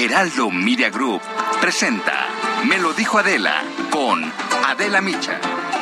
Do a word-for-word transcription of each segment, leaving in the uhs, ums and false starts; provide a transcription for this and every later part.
Heraldo Media Group presenta Me lo dijo Adela con Adela Micha.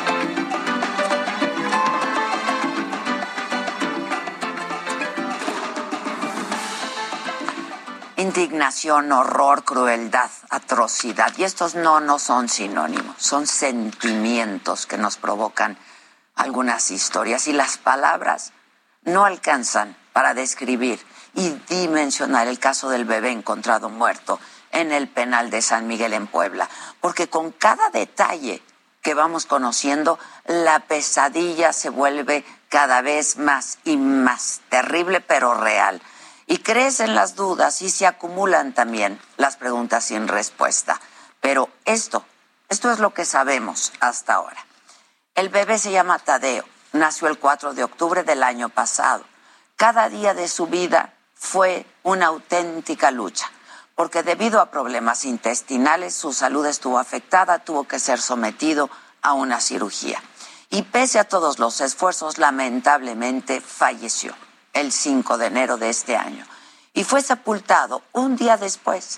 Indignación, horror, crueldad, atrocidad. Y estos no, no son sinónimos, son sentimientos que nos provocan algunas historias. Y las palabras no alcanzan para describir y dimensionar el caso del bebé encontrado muerto en el penal de San Miguel en Puebla. Porque con cada detalle que vamos conociendo, la pesadilla se vuelve cada vez más y más terrible, pero real. Y crecen las dudas y se acumulan también las preguntas sin respuesta. Pero esto, esto es lo que sabemos hasta ahora. El bebé se llama Tadeo, nació el cuatro de octubre del año pasado. Cada día de su vida fue una auténtica lucha, porque debido a problemas intestinales su salud estuvo afectada, tuvo que ser sometido a una cirugía. Y pese a todos los esfuerzos, lamentablemente falleció el cinco de enero de este año, y fue sepultado un día después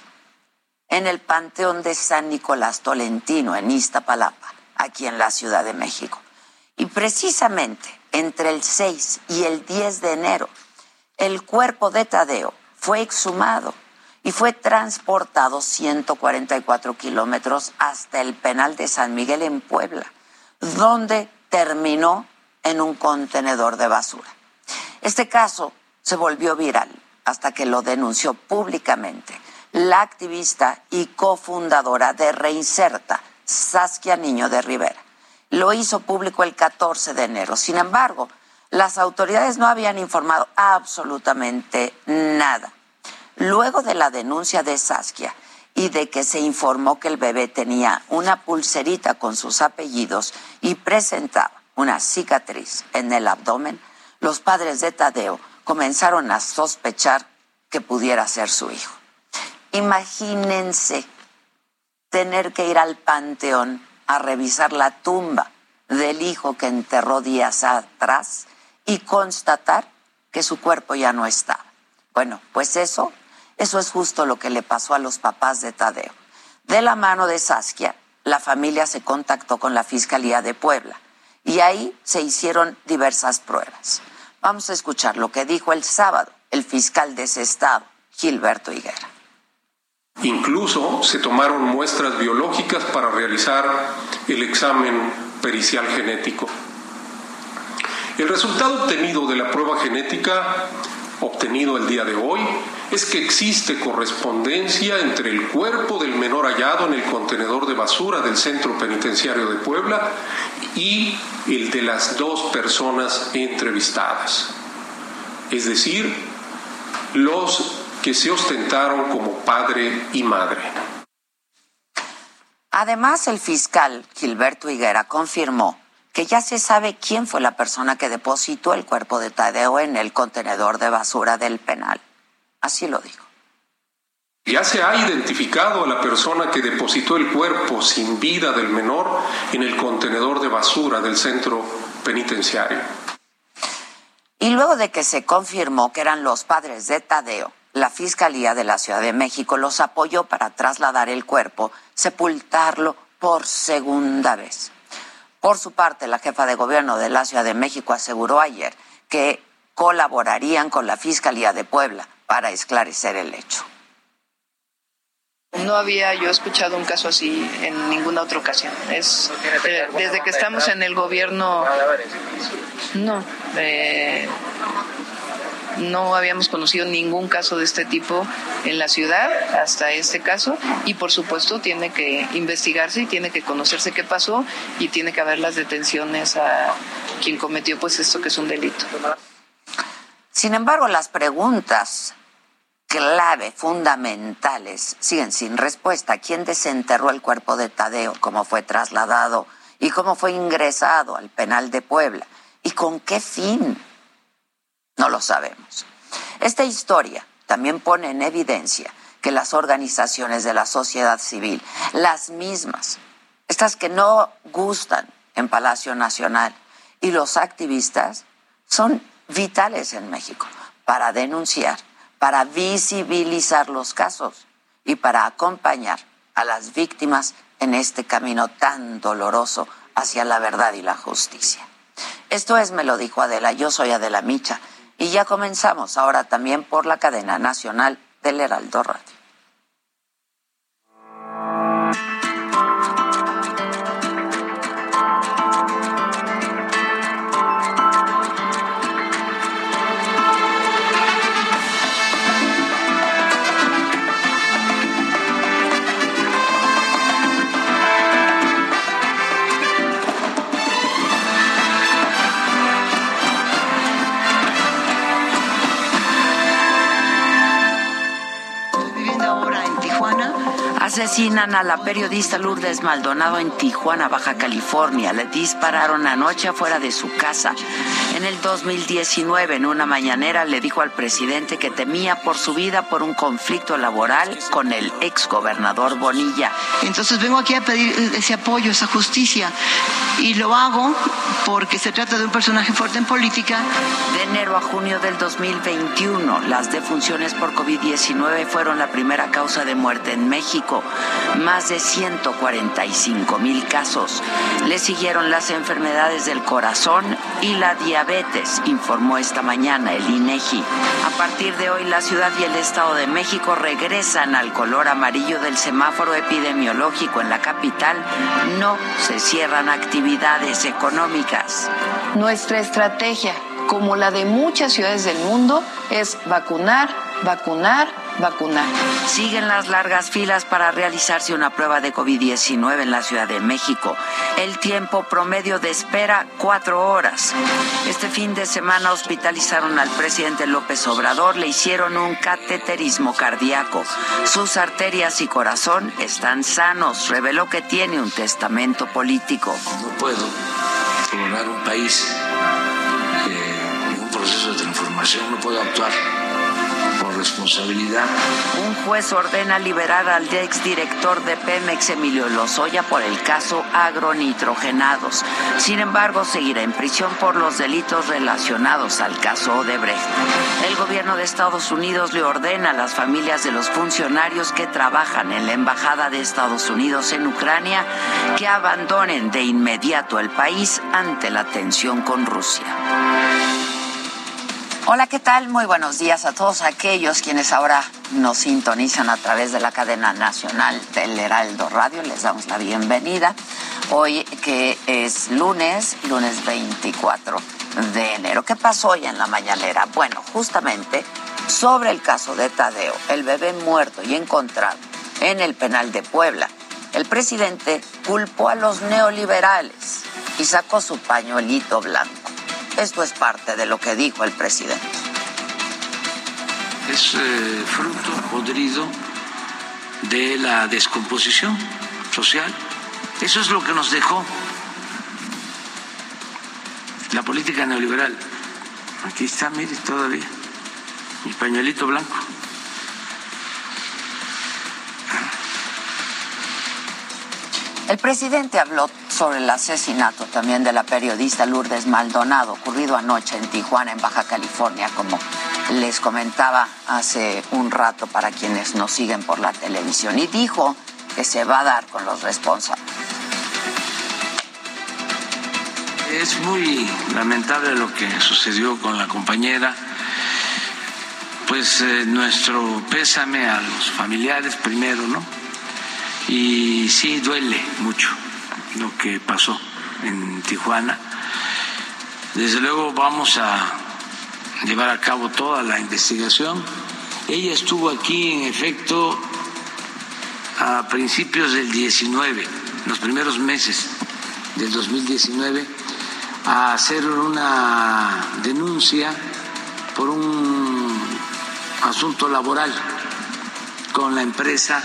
en el Panteón de San Nicolás Tolentino, en Iztapalapa, aquí en la Ciudad de México. Y precisamente entre el seis y el diez de enero, el cuerpo de Tadeo fue exhumado y fue transportado ciento cuarenta y cuatro kilómetros hasta el penal de San Miguel en Puebla, donde terminó en un contenedor de basura. Este caso se volvió viral hasta que lo denunció públicamente la activista y cofundadora de Reinserta, Saskia Niño de Rivera. Lo hizo público el catorce de enero. Sin embargo, las autoridades no habían informado absolutamente nada. Luego de la denuncia de Saskia y de que se informó que el bebé tenía una pulserita con sus apellidos y presentaba una cicatriz en el abdomen, los padres de Tadeo comenzaron a sospechar que pudiera ser su hijo. Imagínense tener que ir al panteón a revisar la tumba del hijo que enterró días atrás y constatar que su cuerpo ya no estaba. Bueno, pues eso, eso es justo lo que le pasó a los papás de Tadeo. De la mano de Saskia, la familia se contactó con la Fiscalía de Puebla y ahí se hicieron diversas pruebas. Vamos a escuchar lo que dijo el sábado el fiscal de ese estado, Gilberto Higuera. Incluso se tomaron muestras biológicas para realizar el examen pericial genético. El resultado obtenido de la prueba genética, obtenido el día de hoy, es que existe correspondencia entre el cuerpo del menor hallado en el contenedor de basura del Centro Penitenciario de Puebla y el de las dos personas entrevistadas. Es decir, los que se ostentaron como padre y madre. Además, el fiscal Gilberto Higuera confirmó que ya se sabe quién fue la persona que depositó el cuerpo de Tadeo en el contenedor de basura del penal. Así lo dijo. Ya se ha identificado a la persona que depositó el cuerpo sin vida del menor en el contenedor de basura del centro penitenciario. Y luego de que se confirmó que eran los padres de Tadeo, la Fiscalía de la Ciudad de México los apoyó para trasladar el cuerpo, sepultarlo por segunda vez. Por su parte, la jefa de gobierno de la Ciudad de México aseguró ayer que colaborarían con la Fiscalía de Puebla para esclarecer el hecho. No había yo escuchado un caso así en ninguna otra ocasión. Es eh, desde que estamos en el gobierno, no, eh, no habíamos conocido ningún caso de este tipo en la ciudad hasta este caso, y por supuesto tiene que investigarse y tiene que conocerse qué pasó y tiene que haber las detenciones a quien cometió pues esto que es un delito. Sin embargo, las preguntas clave, fundamentales, siguen sin respuesta. ¿Quién desenterró el cuerpo de Tadeo? ¿Cómo fue trasladado? ¿Y cómo fue ingresado al penal de Puebla? ¿Y con qué fin? No lo sabemos. Esta historia también pone en evidencia que las organizaciones de la sociedad civil, las mismas, estas que no gustan en Palacio Nacional, y los activistas son vitales en México para denunciar, para visibilizar los casos y para acompañar a las víctimas en este camino tan doloroso hacia la verdad y la justicia. Esto es Me lo dijo Adela, yo soy Adela Micha y ya comenzamos ahora también por la cadena nacional del Heraldo Radio. Asesinan a la periodista Lourdes Maldonado en Tijuana, Baja California. Le dispararon anoche afuera de su casa. En el dos mil diecinueve, en una mañanera, le dijo al presidente que temía por su vida por un conflicto laboral con el exgobernador Bonilla. Entonces vengo aquí a pedir ese apoyo, esa justicia, y lo hago porque se trata de un personaje fuerte en política. De enero a junio del dos mil veintiuno, las defunciones por COVID diecinueve fueron la primera causa de muerte en México. Más de ciento cuarenta y cinco mil casos. Le siguieron las enfermedades del corazón y la diabetes, informó esta mañana el INEGI. A partir de hoy, la ciudad y el Estado de México regresan al color amarillo del semáforo epidemiológico. En la capital no se cierran actividades económicas. Nuestra estrategia, como la de muchas ciudades del mundo, es vacunar, vacunar, vacunar. Siguen las largas filas para realizarse una prueba de COVID diecinueve en la Ciudad de México. El tiempo promedio de espera, cuatro horas. Este fin de semana hospitalizaron al presidente López Obrador, le hicieron un cateterismo cardíaco. Sus arterias y corazón están sanos. Reveló que tiene un testamento político. No puedo gobernar un país eh, en un proceso de transformación, no puedo actuar por responsabilidad. Un juez ordena liberar al exdirector de Pemex, Emilio Lozoya, por el caso agronitrogenados. Sin embargo, seguirá en prisión por los delitos relacionados al caso Odebrecht. El gobierno de Estados Unidos le ordena a las familias de los funcionarios que trabajan en la Embajada de Estados Unidos en Ucrania que abandonen de inmediato el país ante la tensión con Rusia. Hola, ¿qué tal? Muy buenos días a todos aquellos quienes ahora nos sintonizan a través de la cadena nacional del Heraldo Radio. Les damos la bienvenida. Hoy que es lunes, lunes veinticuatro de enero. ¿Qué pasó hoy en la mañanera? Bueno, justamente sobre el caso de Tadeo, el bebé muerto y encontrado en el penal de Puebla. El presidente culpó a los neoliberales y sacó su pañuelito blanco. Esto es parte de lo que dijo el presidente. Es eh, fruto podrido de la descomposición social. Eso es lo que nos dejó la política neoliberal. Aquí está, mire, todavía mi pañuelito blanco. El presidente habló sobre el asesinato también de la periodista Lourdes Maldonado, ocurrido anoche en Tijuana, en Baja California, como les comentaba hace un rato para quienes nos siguen por la televisión, y dijo que se va a dar con los responsables. Es muy lamentable lo que sucedió con la compañera. Pues eh, nuestro pésame a los familiares primero, ¿no? Y sí duele mucho lo que pasó en Tijuana. Desde luego vamos a llevar a cabo toda la investigación. Ella estuvo aquí, en efecto, a principios del diecinueve, los primeros meses del dos mil diecinueve, a hacer una denuncia por un asunto laboral con la empresa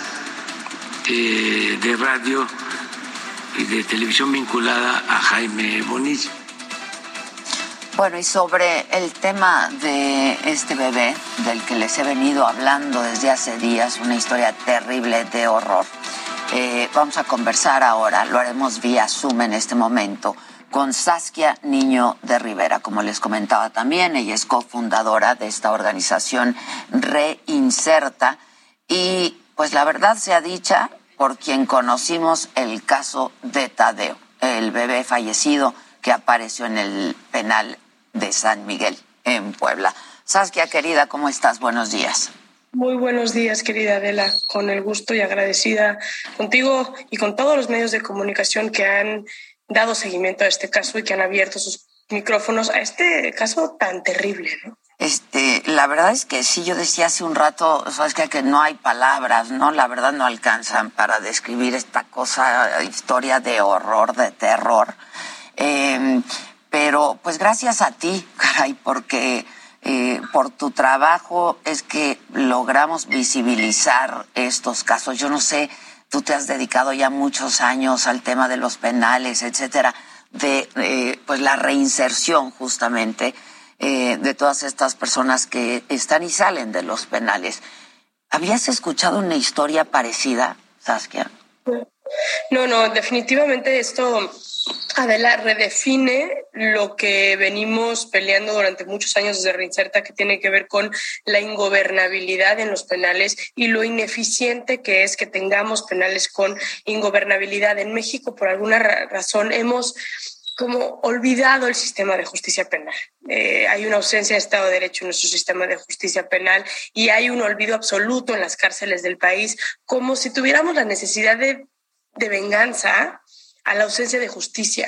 de radio y de televisión vinculada a Jaime Bonilla. Bueno, y sobre el tema de este bebé, del que les he venido hablando desde hace días, una historia terrible de horror, eh, vamos a conversar ahora, lo haremos vía Zoom en este momento, con Saskia Niño de Rivera. Como les comentaba también, ella es cofundadora de esta organización Reinserta, y pues la verdad sea dicha por quien conocimos el caso de Tadeo, el bebé fallecido que apareció en el penal de San Miguel, en Puebla. Saskia, querida, ¿cómo estás? Buenos días. Muy buenos días, querida Adela. Con el gusto y agradecida contigo y con todos los medios de comunicación que han dado seguimiento a este caso y que han abierto sus micrófonos a este caso tan terrible, ¿no? Este, la verdad es que sí, yo decía hace un rato, sabes que, que no hay palabras, ¿no? La verdad no alcanzan para describir esta cosa, historia de horror, de terror. Eh, pero pues gracias a ti, caray, porque eh, por tu trabajo es que logramos visibilizar estos casos. Yo no sé, tú te has dedicado ya muchos años al tema de los penales, etcétera, de eh, pues la reinserción justamente Eh, de todas estas personas que están y salen de los penales. ¿Habías escuchado una historia parecida, Saskia? No, no, definitivamente esto, Adela, redefine lo que venimos peleando durante muchos años desde Reinserta, que tiene que ver con la ingobernabilidad en los penales y lo ineficiente que es que tengamos penales con ingobernabilidad. En México, por alguna ra- razón, hemos como olvidado el sistema de justicia penal. Eh, hay una ausencia de Estado de Derecho en nuestro sistema de justicia penal y hay un olvido absoluto en las cárceles del país, como si tuviéramos la necesidad de, de venganza a la ausencia de justicia.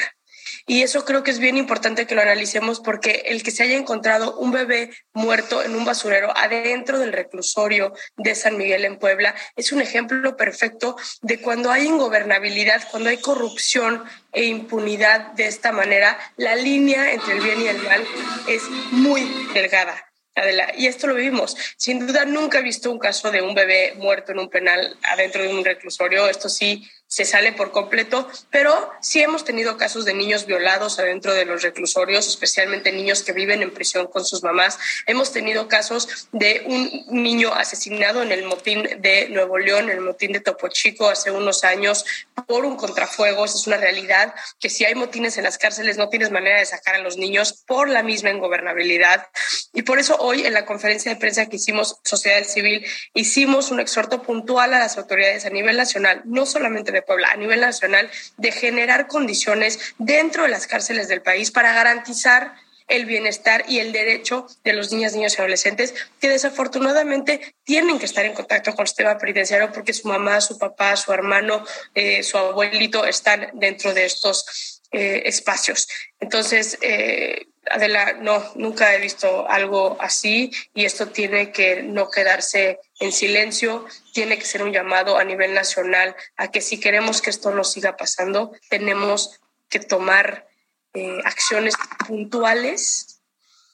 Y eso creo que es bien importante que lo analicemos, porque el que se haya encontrado un bebé muerto en un basurero adentro del reclusorio de San Miguel en Puebla es un ejemplo perfecto de cuando hay ingobernabilidad, cuando hay corrupción e impunidad de esta manera, la línea entre el bien y el mal es muy delgada. Adela, y esto lo vivimos. Sin duda nunca he visto un caso de un bebé muerto en un penal adentro de un reclusorio. Esto sí se sale por completo, pero sí hemos tenido casos de niños violados adentro de los reclusorios, especialmente niños que viven en prisión con sus mamás. Hemos tenido casos de un niño asesinado en el motín de Nuevo León, en el motín de Topo Chico hace unos años por un contrafuegos. Es una realidad que si hay motines en las cárceles no tienes manera de sacar a los niños por la misma ingobernabilidad. Y por eso hoy en la conferencia de prensa que hicimos Sociedad Civil hicimos un exhorto puntual a las autoridades a nivel nacional, no solamente de Puebla, a nivel nacional, de generar condiciones dentro de las cárceles del país para garantizar el bienestar y el derecho de los niñas, niños y adolescentes que desafortunadamente tienen que estar en contacto con el sistema penitenciario porque su mamá, su papá, su hermano, eh, su abuelito están dentro de estos eh, espacios. Entonces, eh, Adela, no, nunca he visto algo así y esto tiene que no quedarse en silencio, tiene que ser un llamado a nivel nacional a que si queremos que esto no siga pasando, tenemos que tomar eh, acciones puntuales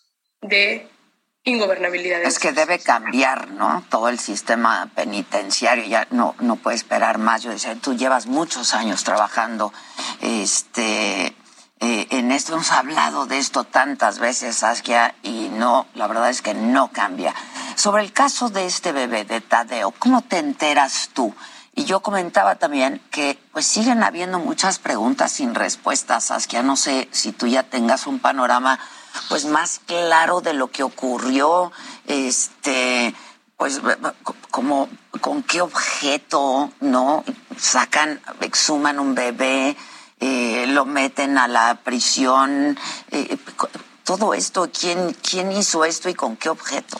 de ingobernabilidad. Es que debe cambiar, ¿no? Todo el sistema penitenciario ya no no puede esperar más. Yo decía, tú llevas muchos años trabajando este eh, en esto, hemos hablado de esto tantas veces, Saskia, y no, la verdad es que no cambia. Sobre el caso de este bebé, de Tadeo, ¿cómo te enteras tú? Y yo comentaba también que pues siguen habiendo muchas preguntas sin respuestas, Saskia. No sé si tú ya tengas un panorama pues más claro de lo que ocurrió, este, pues como con qué objeto, ¿no? Sacan, exhuman un bebé, eh, lo meten a la prisión, eh, todo esto, ¿quién, quién hizo esto y con qué objeto?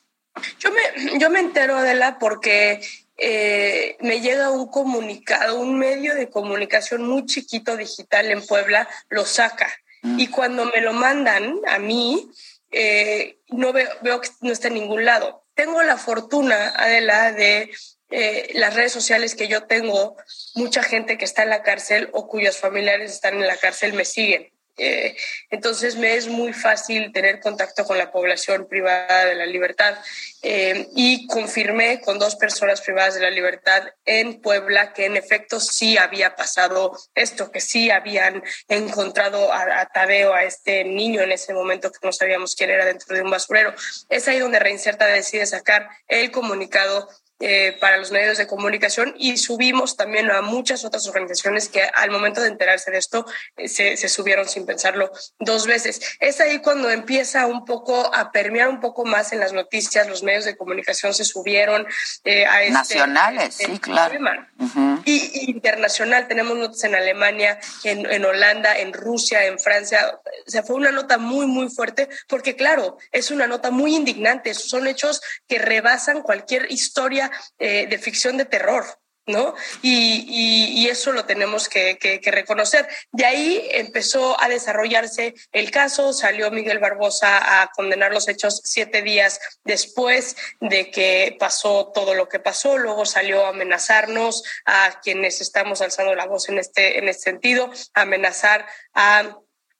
Yo me, yo me entero, Adela, porque eh, me llega un comunicado, un medio de comunicación muy chiquito digital en Puebla, lo saca. Mm. Y cuando me lo mandan a mí, eh, no veo, veo que no está en ningún lado. Tengo la fortuna, Adela, de eh, las redes sociales que yo tengo, mucha gente que está en la cárcel o cuyos familiares están en la cárcel me siguen. Eh, entonces me es muy fácil tener contacto con la población privada de la libertad eh, y confirmé con dos personas privadas de la libertad en Puebla que en efecto sí había pasado esto, que sí habían encontrado a, a Tadeo, a este niño en ese momento que no sabíamos quién era dentro de un basurero. Es ahí donde Reinserta decide sacar el comunicado eh, para los medios de comunicación y subimos también a muchas otras organizaciones que al momento de enterarse de esto eh, se, se subieron sin pensarlo dos veces. Es ahí cuando empieza un poco a permear un poco más en las noticias, los medios de comunicación se subieron eh, a este... Nacionales, este, sí, claro. Uh-huh. Y, y internacional, tenemos notas en Alemania, en, en Holanda, en Rusia, en Francia. O sea, fue una nota muy, muy fuerte porque, claro, es una nota muy indignante. Son hechos que rebasan cualquier historia eh, de ficción de terror, ¿no? Y, y, y eso lo tenemos que, que, que reconocer. De ahí empezó a desarrollarse el caso, salió Miguel Barbosa a condenar los hechos siete días después de que pasó todo lo que pasó, luego salió a amenazarnos a quienes estamos alzando la voz en este, en este sentido, a amenazar a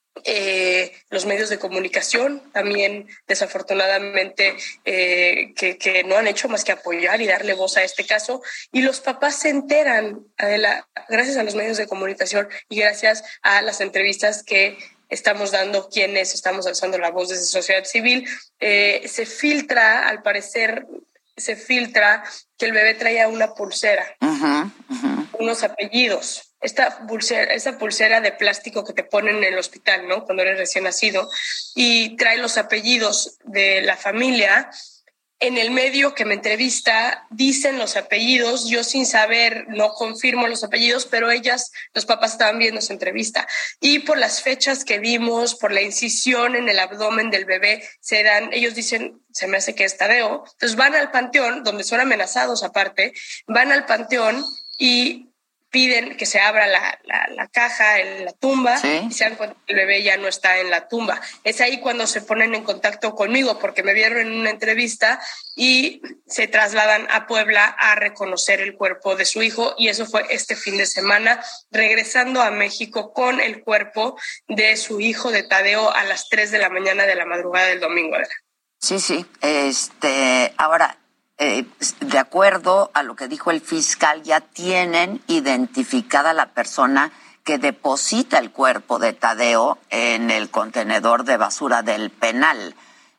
Eh, los medios de comunicación también desafortunadamente eh, que, que no han hecho más que apoyar y darle voz a este caso, y los papás se enteran, Adela, gracias a los medios de comunicación y gracias a las entrevistas que estamos dando quienes estamos alzando la voz desde sociedad civil. Eh, se filtra, al parecer se filtra que el bebé traía una pulsera, uh-huh, uh-huh. unos apellidos. Esta pulsera, esa pulsera de plástico que te ponen en el hospital, ¿no? Cuando eres recién nacido, y trae los apellidos de la familia. En el medio que me entrevista dicen los apellidos, yo sin saber no confirmo los apellidos, pero ellas, los papás estaban viendo esa entrevista. Y por las fechas que vimos, por la incisión en el abdomen del bebé, se dan, ellos dicen, se me hace que es Tadeo. Entonces van al panteón, donde son amenazados aparte, van al panteón y piden que se abra la, la, la caja, el, la tumba, ¿sí? Y se dan cuenta que el bebé ya no está en la tumba. Es ahí cuando se ponen en contacto conmigo, porque me vieron en una entrevista y se trasladan a Puebla a reconocer el cuerpo de su hijo, y eso fue este fin de semana, regresando a México con el cuerpo de su hijo, de Tadeo, a las tres de la mañana de la madrugada del domingo. Sí, sí. Este, ahora... Eh, de acuerdo a lo que dijo el fiscal, ya tienen identificada la persona que deposita el cuerpo de Tadeo en el contenedor de basura del penal.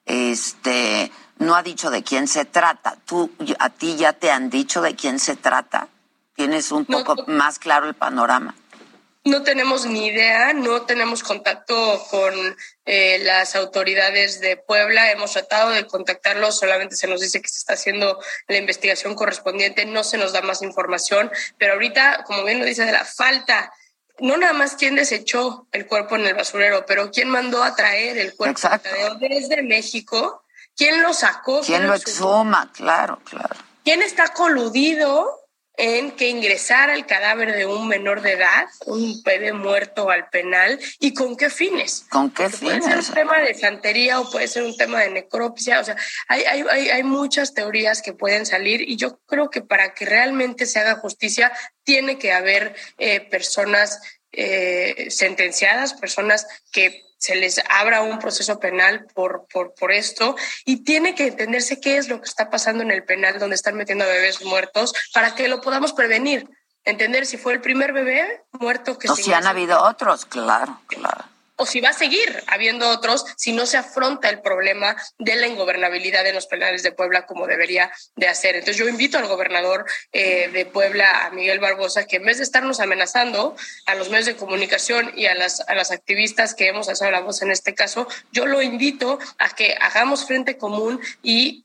Este, no ha dicho de quién se trata. ¿Tú, a ti ya te han dicho de quién se trata? ¿Tienes un poco no, no. más claro el panorama? No tenemos ni idea, no tenemos contacto con eh, las autoridades de Puebla. Hemos tratado de contactarlos, solamente se nos dice que se está haciendo la investigación correspondiente, no se nos da más información, pero ahorita, como bien lo dice, de la falta, no nada más quién desechó el cuerpo en el basurero, pero quién mandó a traer el cuerpo Exacto. de Tadeo desde México, quién lo sacó, quién, quién lo exhuma, claro, claro. ¿Quién está coludido en que ingresara el cadáver de un menor de edad, un bebé muerto al penal, y con qué fines? ¿Con qué Porque fines? Puede ser un tema de santería o puede ser un tema de necropsia, o sea, hay, hay, hay, hay muchas teorías que pueden salir, y yo creo que para que realmente se haga justicia tiene que haber eh, personas eh, sentenciadas, personas que se les abra un proceso penal por, por, por esto, y tiene que entenderse qué es lo que está pasando en el penal donde están metiendo a bebés muertos para que lo podamos prevenir. Entender si fue el primer bebé muerto que o se... si han habido otros, claro, claro. O si va a seguir habiendo otros si no se afronta el problema de la ingobernabilidad en los penales de Puebla como debería de hacer. Entonces yo invito al gobernador eh, de Puebla, a Miguel Barbosa, que en vez de estarnos amenazando a los medios de comunicación y a las, a las activistas que hemos alzado la voz en este caso, yo lo invito a que hagamos frente común y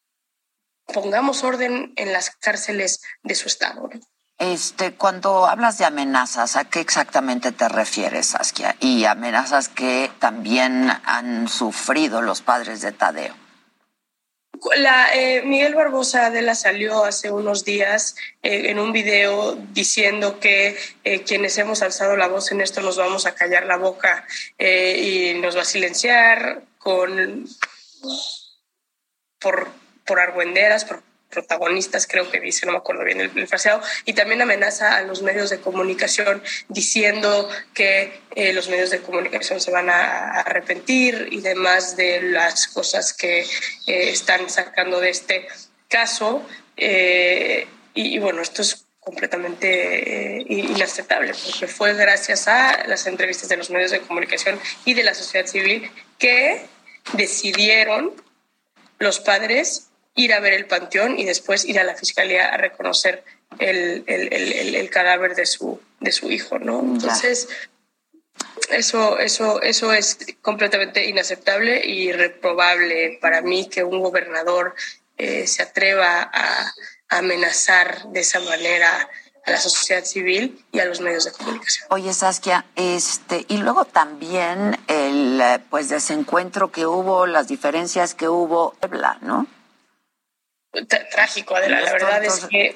pongamos orden en las cárceles de su estado, ¿no? Este, cuando hablas de amenazas, ¿a qué exactamente te refieres, Saskia? Y amenazas que también han sufrido los padres de Tadeo. La, eh, Miguel Barbosa, Adela, salió hace unos días eh, en un video diciendo que eh, quienes hemos alzado la voz en esto nos vamos a callar la boca eh, y nos va a silenciar con por, por argüenderas, por protagonistas, creo que dice, no me acuerdo bien el, el fraseado, y también amenaza a los medios de comunicación diciendo que eh, los medios de comunicación se van a, a arrepentir y demás de las cosas que eh, están sacando de este caso. Eh, y, y bueno, esto es completamente eh, inaceptable, porque fue gracias a las entrevistas de los medios de comunicación y de la sociedad civil que decidieron los padres ir a ver el panteón y después ir a la fiscalía a reconocer el, el, el, el cadáver de su, de su hijo, ¿no? Entonces, eso, eso, eso es completamente inaceptable y reprobable para mí que un gobernador eh, se atreva a, a amenazar de esa manera a la sociedad civil y a los medios de comunicación. Oye, Saskia, este, y luego también el pues desencuentro que hubo, las diferencias que hubo, ¿no? Trágico, Adela, la verdad es que...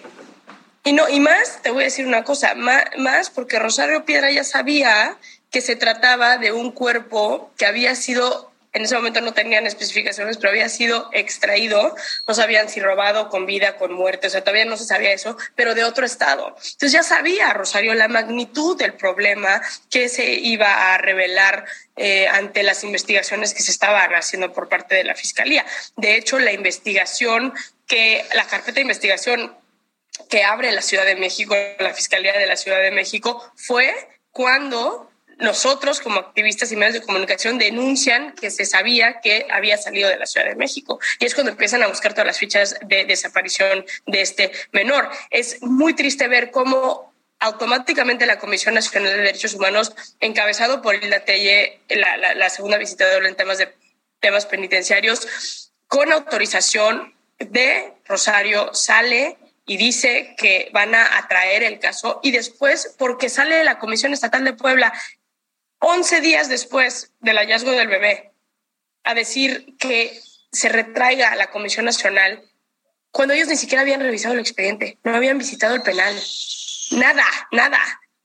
Y no, y más, te voy a decir una cosa, más, más porque Rosario Piedra ya sabía que se trataba de un cuerpo que había sido, en ese momento no tenían especificaciones, pero había sido extraído, no sabían si robado, con vida, con muerte, o sea, todavía no se sabía eso, pero de otro estado. Entonces ya sabía Rosario la magnitud del problema que se iba a revelar eh, ante las investigaciones que se estaban haciendo por parte de la Fiscalía. De hecho, la investigación que, la carpeta de investigación que abre la Ciudad de México, la Fiscalía de la Ciudad de México, fue cuando nosotros como activistas y medios de comunicación denuncian que se sabía que había salido de la Ciudad de México. Y es cuando empiezan a buscar todas las fichas de desaparición de este menor. Es muy triste ver cómo automáticamente la Comisión Nacional de Derechos Humanos, encabezado por Hilda Telle, la, la, la segunda visitadora en temas de temas penitenciarios, con autorización de Rosario, sale y dice que van a atraer el caso, y después, porque sale de la Comisión Estatal de Puebla, once días después del hallazgo del bebé, a decir que se retraiga a la Comisión Nacional, cuando ellos ni siquiera habían revisado el expediente, no habían visitado el penal, nada, nada.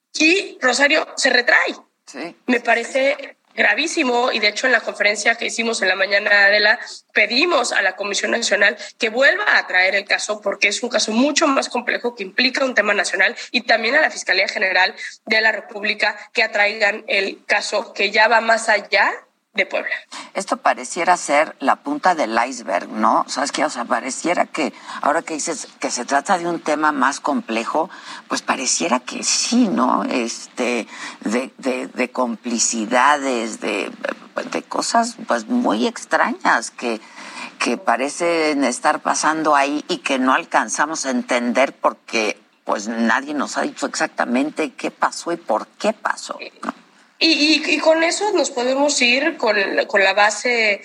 Y Rosario se retrae. Sí. Me parece gravísimo, y de hecho en la conferencia que hicimos en la mañana, Adela, pedimos a la Comisión Nacional que vuelva a traer el caso, porque es un caso mucho más complejo que implica un tema nacional, y también a la Fiscalía General de la República que atraigan el caso que ya va más allá de Puebla. Esto pareciera ser la punta del iceberg, ¿no? ¿Sabes qué? O sea, pareciera que, ahora que dices que se trata de un tema más complejo, pues pareciera que sí, ¿no? Este, de, de, de complicidades, de, de cosas pues muy extrañas que, que parecen estar pasando ahí y que no alcanzamos a entender porque pues nadie nos ha dicho exactamente qué pasó y por qué pasó, ¿no? Y, y, y con eso nos podemos ir con, con la base,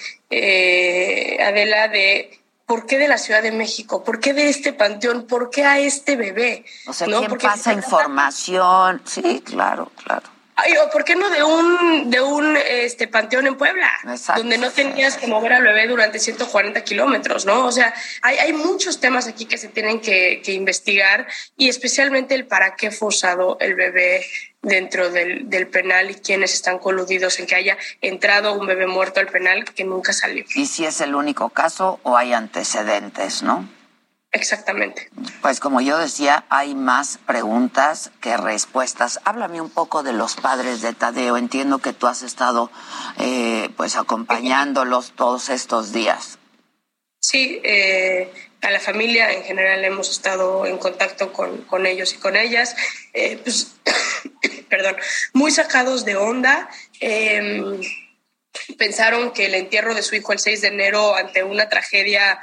eh, Adela, de por qué de la Ciudad de México, por qué de este panteón, por qué a este bebé. O sea, ¿no? ¿quién Porque pasa información? Sí, claro, claro. Ay, ¿o por qué no de un de un este panteón en Puebla? Exacto. Donde no tenías que mover al bebé durante ciento cuarenta kilómetros, ¿no? O sea, hay, hay muchos temas aquí que se tienen que, que investigar, y especialmente el para qué fue usado el bebé dentro del, del penal y quiénes están coludidos en que haya entrado un bebé muerto al penal que nunca salió. Y si es el único caso o hay antecedentes, ¿no? Exactamente. Pues como yo decía, hay más preguntas que respuestas. Háblame un poco de los padres de Tadeo. Entiendo que tú has estado eh, pues acompañándolos todos estos días. Sí, eh, a la familia en general hemos estado en contacto con, con ellos y con ellas. Eh, pues, perdón, muy sacados de onda. Eh, pensaron que el entierro de su hijo el seis de enero, ante una tragedia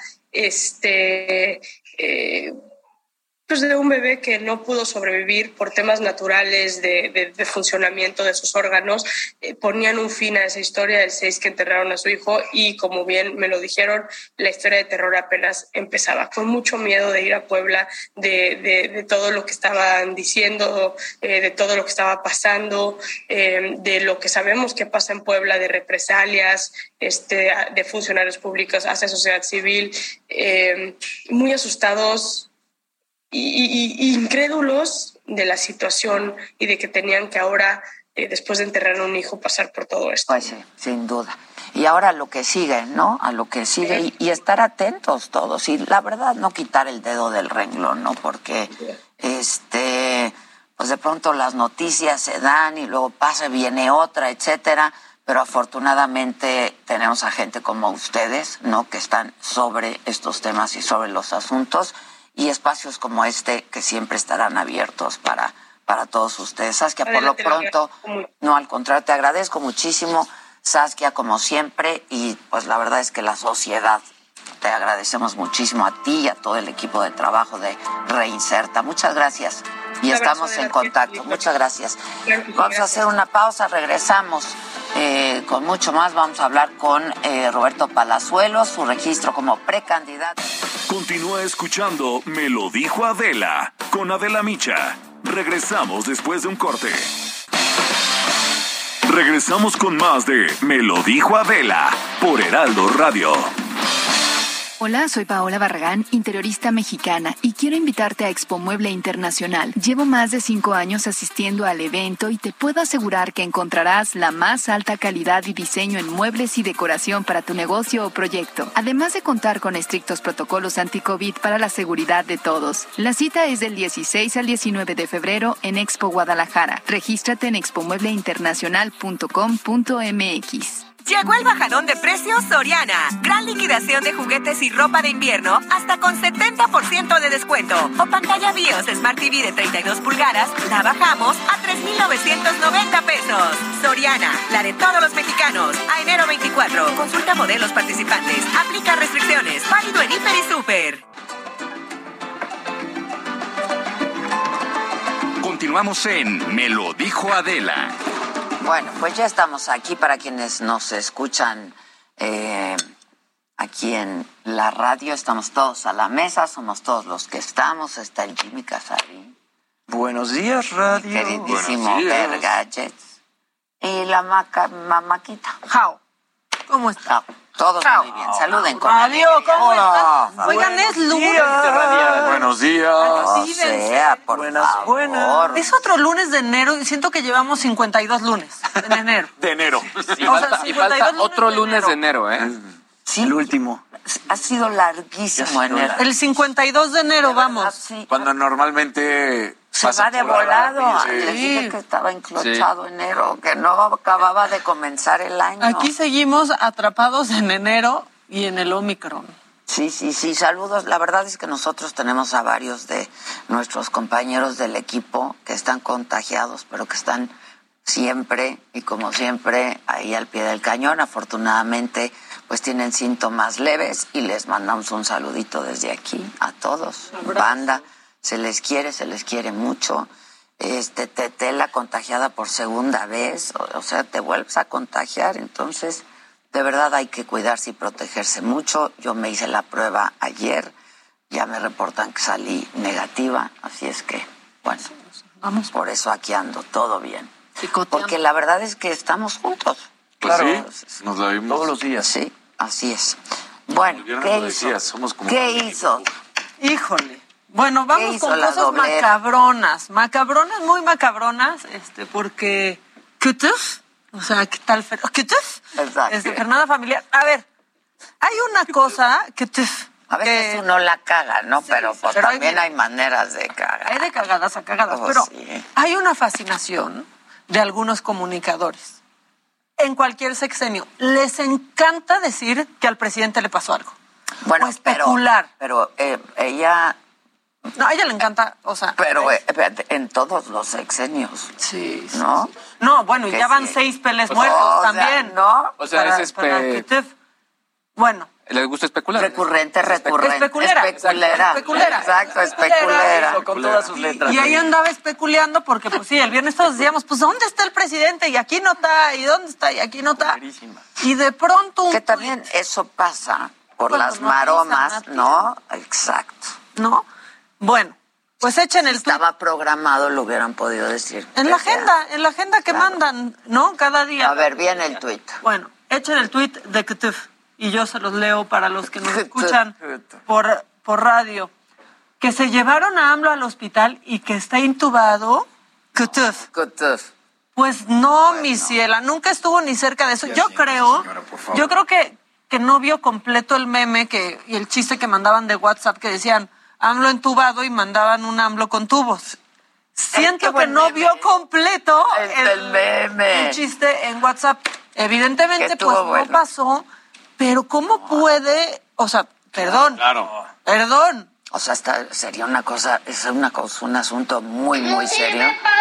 este eh, pues de un bebé que no pudo sobrevivir por temas naturales de, de, de funcionamiento de sus órganos, eh, ponían un fin a esa historia del seis que enterraron a su hijo, y como bien me lo dijeron, la historia de terror apenas empezaba. Con mucho miedo de ir a Puebla, de, de, de todo lo que estaban diciendo, eh, de todo lo que estaba pasando, eh, de lo que sabemos que pasa en Puebla, de represalias este, de funcionarios públicos hacia sociedad civil, eh, muy asustados Y, y, y incrédulos de la situación y de que tenían que ahora, eh, después de enterrar a un hijo, pasar por todo esto. Pues sí, sin duda. Y ahora lo que sigue, ¿no? A lo que sigue, y, y estar atentos todos. Y la verdad, no quitar el dedo del renglón, ¿no? Porque, este, pues de pronto las noticias se dan y luego pasa, viene otra, etcétera. Pero afortunadamente tenemos a gente como ustedes, ¿no? Que están sobre estos temas y sobre los asuntos. Y espacios como este que siempre estarán abiertos para, para todos ustedes. Saskia, por lo pronto, no, al contrario, te agradezco muchísimo, Saskia, como siempre, y pues la verdad es que la sociedad te agradecemos muchísimo a ti y a todo el equipo de trabajo de Reinserta. Muchas gracias. Y estamos en contacto. Muchas gracias. Vamos a hacer una pausa, regresamos eh, con mucho más. Vamos a hablar con eh, Roberto Palazuelos, su registro como precandidato. Continúa escuchando Me lo dijo Adela con Adela Micha. Regresamos después de un corte. Regresamos con más de Me lo dijo Adela por Heraldo Radio. Hola, soy Paola Barragán, interiorista mexicana, y quiero invitarte a Expo Mueble Internacional. Llevo más de cinco años asistiendo al evento y te puedo asegurar que encontrarás la más alta calidad y diseño en muebles y decoración para tu negocio o proyecto, además de contar con estrictos protocolos anti-COVID para la seguridad de todos. La cita es del dieciséis al diecinueve de febrero en Expo Guadalajara. Regístrate en expo mueble internacional punto com punto m x. Llegó el bajadón de precios Soriana. Gran liquidación de juguetes y ropa de invierno hasta con setenta por ciento de descuento. O pantalla BIOS Smart T V de treinta y dos pulgadas, la bajamos a tres mil novecientos noventa pesos. Soriana, la de todos los mexicanos. A enero veinticuatro. Consulta modelos participantes. Aplica restricciones. Válido en Hiper y Super. Continuamos en Me lo dijo Adela. Bueno, pues ya estamos aquí para quienes nos escuchan eh, aquí en la radio. Estamos todos a la mesa, somos todos los que estamos. Está el Jimmy Casarín. Buenos días, radio. Queridísimo Ver Gadgets. Y la maca, mamaquita. How. ¿Cómo está? Todos How. muy bien. Saluden con Radio, ¿cómo Hola. estás? Oigan, es lunes. Buenos días. O sea, por buenas, favor. buenas. Es otro lunes de enero y siento que llevamos cincuenta y dos lunes en enero. De enero. Y O sea, falta, y cincuenta y dos falta lunes otro de lunes de enero. enero, ¿eh? Sí, El último. ha sido larguísimo enero. El cincuenta y dos de enero, De verdad, vamos. sí. Cuando normalmente Se pasa va de por volado. rápido, sí. Les dije que estaba enclochado enero, que no acababa de comenzar el año. Aquí seguimos atrapados en enero y en el Omicron. Sí, sí, sí, saludos. La verdad es que nosotros tenemos a varios de nuestros compañeros del equipo que están contagiados, pero que están siempre y como siempre ahí al pie del cañón. Afortunadamente, pues tienen síntomas leves y les mandamos un saludito desde aquí a todos. Banda, se les quiere, se les quiere mucho. Este, Tetela contagiada por segunda vez, o, o sea, te vuelves a contagiar, entonces de verdad hay que cuidarse y protegerse mucho. Yo me hice la prueba ayer, ya me reportan que salí negativa, así es que, bueno, vamos por eso aquí ando, todo bien. Porque la verdad es que estamos juntos. Pues Claro. sí, nos la vimos todos los días. Sí, así es. Bueno, ¿qué hizo? Decías, somos como ¿Qué hizo? Híjole. Bueno, vamos hizo con la cosas doblez? macabronas, macabronas, muy macabronas, este, porque ¿Cutuf? O sea, ¿qué tal? Fer- ¿Cutuf? Exacto. Este, Fernanda Familiar. A ver, hay una cosa ¿Cutuf? A veces uno la caga, ¿no? pero pues pero hay- también hay maneras de cagar. Hay de cagadas a cagadas, Oh, pero sí. hay una fascinación de algunos comunicadores en cualquier sexenio. Les encanta decir que al presidente le pasó algo. Bueno, o especular. Pero, pero eh, ella... No, a ella le encanta, o sea... Pero es- eh, espérate, en todos los sexenios, Sí, sí, ¿no? sí. No, bueno, y Que ya van sí. seis peles O muertos sea, también. ¿no? O sea, Para- es para espe... que te- Bueno, ¿Les gusta especular? Recurrente, recurrente. Especulera. Especulera. Especulera. Exacto, Especulera. especulera. Eso, con todas sus letras. y ahí andaba especulando porque, pues sí, el viernes todos decíamos, pues, ¿dónde está el presidente? Y aquí no está, ¿y dónde está? Y aquí no está. Buenísima. Y de pronto un Que también eso pasa por Cuando las no maromas, avisan, ¿no? Exacto. tuit, ¿no? Bueno, pues echen el tuit. Estaba programado, lo hubieran podido decir. En la desde agenda, en la agenda que Claro. mandan, ¿no? Cada día. A ver, viene el tuit. Bueno, echen el tuit de Cutuf y yo se los leo para los que nos escuchan por, por radio. Que se llevaron a AMLO al hospital y que está intubado. Cutuf. Cutuf. Pues no, mi ciela, nunca estuvo ni cerca de eso. Yo creo, yo creo que, que no vio completo el meme que, y el chiste que mandaban de WhatsApp que decían AMLO entubado y mandaban un AMLO con tubos. Siento qué que buen no meme. vio completo El- el meme. el chiste en WhatsApp. Evidentemente, Que estuvo pues bueno. no pasó, pero ¿cómo puede? O sea, perdón, Claro. perdón. O sea, esta sería una cosa, es una cosa, un asunto muy, muy serio.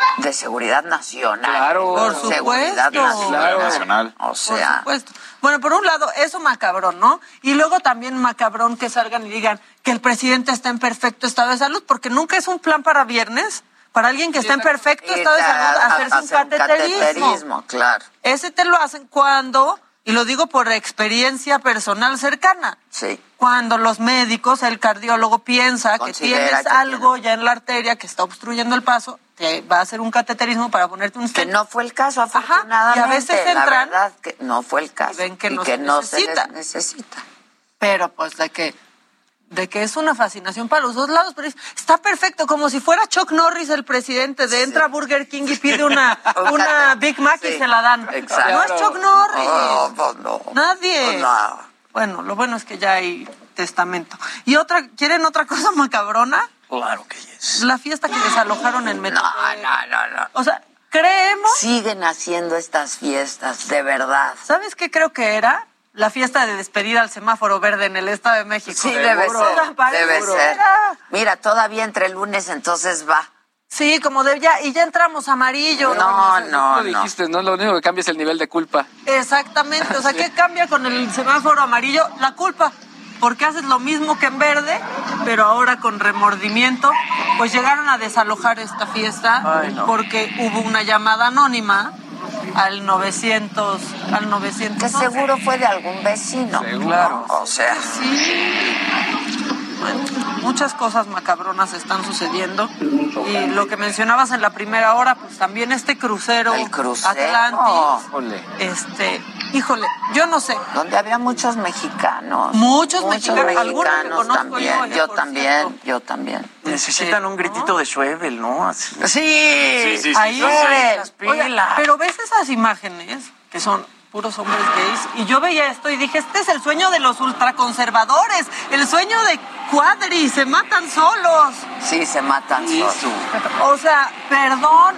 de seguridad nacional. Claro. Por supuesto. Seguridad nacional. Claro. Nacional. O sea, por supuesto. Bueno, por un lado, eso macabrón, ¿no? Y luego también macabrón que salgan y digan que el presidente está en perfecto estado de salud, porque nunca es un plan para viernes, para alguien que está en perfecto estado de salud, hacerse un cateterismo. cateterismo, claro. Ese te lo hacen cuando, y lo digo por experiencia personal cercana, Sí. cuando los médicos, el cardiólogo piensa que Considera tienes que algo ya en la arteria que está obstruyendo el paso, te va a hacer un cateterismo para ponerte un Que stent. no fue el caso, afortunadamente. y a veces la entran verdad que no fue el caso. y ven que no que se no necesita. se les necesita. Pero pues de que de que es una fascinación para los dos lados, pero es- está perfecto, como si fuera Chuck Norris el presidente, de entra a Burger King y pide una, una Big Mac Sí, y se la dan. exacto. No es Chuck Norris. No, pues no. Nadie. Pues no. Bueno, lo bueno es que ya hay testamento. Y otra, ¿quieren otra cosa macabrona? Claro que yes. La fiesta que desalojaron en Metro. No, no, no, no. O sea, creemos... Siguen haciendo estas fiestas, de verdad. ¿Sabes qué creo que era? La fiesta de despedida al semáforo verde en el Estado de México. Sí, debe Seguro. O sea, ser, parece debe que ser. era. Mira, todavía entre lunes, entonces va. Sí, como de ya, y ya entramos amarillo. No, no, Lo dijiste, ¿no? Lo único que cambia es el nivel de culpa. Exactamente, o sea, ¿qué cambia con el semáforo amarillo? La culpa, porque haces lo mismo que en verde, pero ahora con remordimiento, pues llegaron a desalojar esta fiesta Ay, no. porque hubo una llamada anónima al novecientos, al novecientos. Que seguro fue de algún vecino. Seguro. Claro. O sea, Sí. Bueno, muchas cosas macabronas están sucediendo. Y lo que mencionabas en la primera hora, pues también este crucero, el crucero. Atlantis. Ole. Este, híjole, yo no sé. Donde había muchos mexicanos. Muchos mexicanos, algunos que mexicanos conozco también. yo, eh, Yo por también, cierto. yo también. Necesitan un gritito de Schwebel, ¿no? Así. Sí, Sí, sí, sí, Ahí sí, se- las Oiga, pilas. pero ves esas imágenes que son puros hombres gays y yo veía esto y dije, este es el sueño de los ultraconservadores, el sueño de Cuadri, se matan solos. Sí, se matan solos. O sea, perdón,